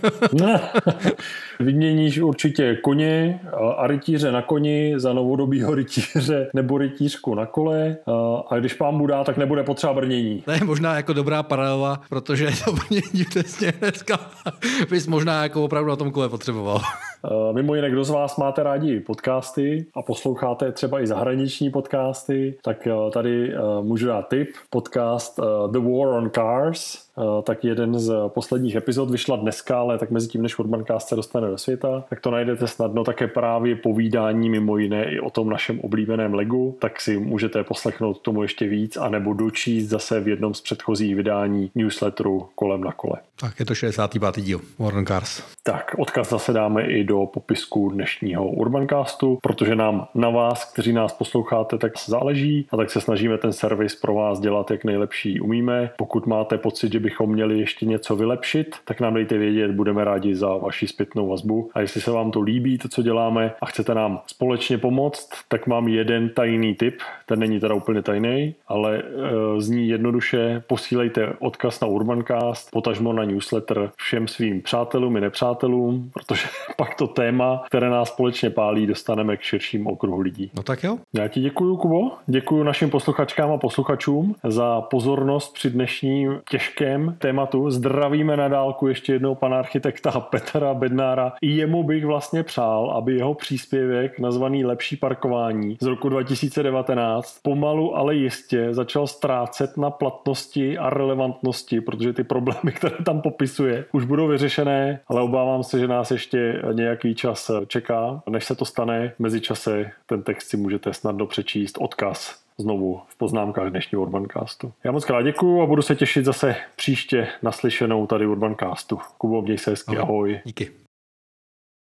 Vyměníš určitě koně a rytíře na koni za novodobýho rytíře nebo rytířku na kole a když pán mu dá, tak nebude potřeba brnění. To je možná jako dobrá paralela, protože to brnění přesně dneska bys možná jako opravdu na tom kole potřeboval. Mimo jiné, kdo z vás máte rádi podcasty a posloucháte třeba i zahraniční podcasty, tak tady můžu dát tip. Podcast The War on Cars, tak jeden z posledních epizod vyšla dneska, ale tak mezi tím, než Urbancast se dostane do světa, tak to najdete snadno také právě povídání mimo jiné i o tom našem oblíbeném Legu, tak si můžete poslechnout tomu ještě víc a nebo dočíst zase v jednom z předchozích vydání newsletteru Kolem na kole. Tak je to 65. díl War on Cars. Tak odkaz zase dáme i do popisku dnešního Urbancastu, protože nám na vás, kteří nás posloucháte, tak záleží a tak se snažíme ten servis pro vás dělat jak nejlepší umíme. Pokud máte pocit, že bychom měli ještě něco vylepšit, tak nám dejte vědět, budeme rádi za vaši zpětnou vazbu. A jestli se vám to líbí, to, co děláme a chcete nám společně pomoct, tak mám jeden tajný tip, ten není teda úplně tajný, ale zní jednoduše, posílejte odkaz na Urbancast, potažmo na newsletter všem svým přátelům i nepřátelům, protože pak to téma, které nás společně pálí, dostaneme k širším okruhu lidí. No tak jo. Já ti děkuju, Kubo. Děkuju našim posluchačkám a posluchačům za pozornost při dnešním těžkém tématu. Zdravíme na dálku ještě jednou pana architekta Petra Bednára. I jemu bych vlastně přál, aby jeho příspěvek nazvaný Lepší parkování z roku 2019 pomalu, ale jistě začal ztrácet na platnosti a relevantnosti, protože ty problémy, které tam popisuje, už budou vyřešené, ale obávám se, že nás ještě nějaký čas čeká. Než se to stane, v mezičase ten text si můžete snadno přečíst, odkaz znovu v poznámkách dnešního Urbancastu. Já moc krát děkuju a budu se těšit zase příště naslyšenou tady Urbancastu. Kubo, měj se hezky, ahoj. Díky.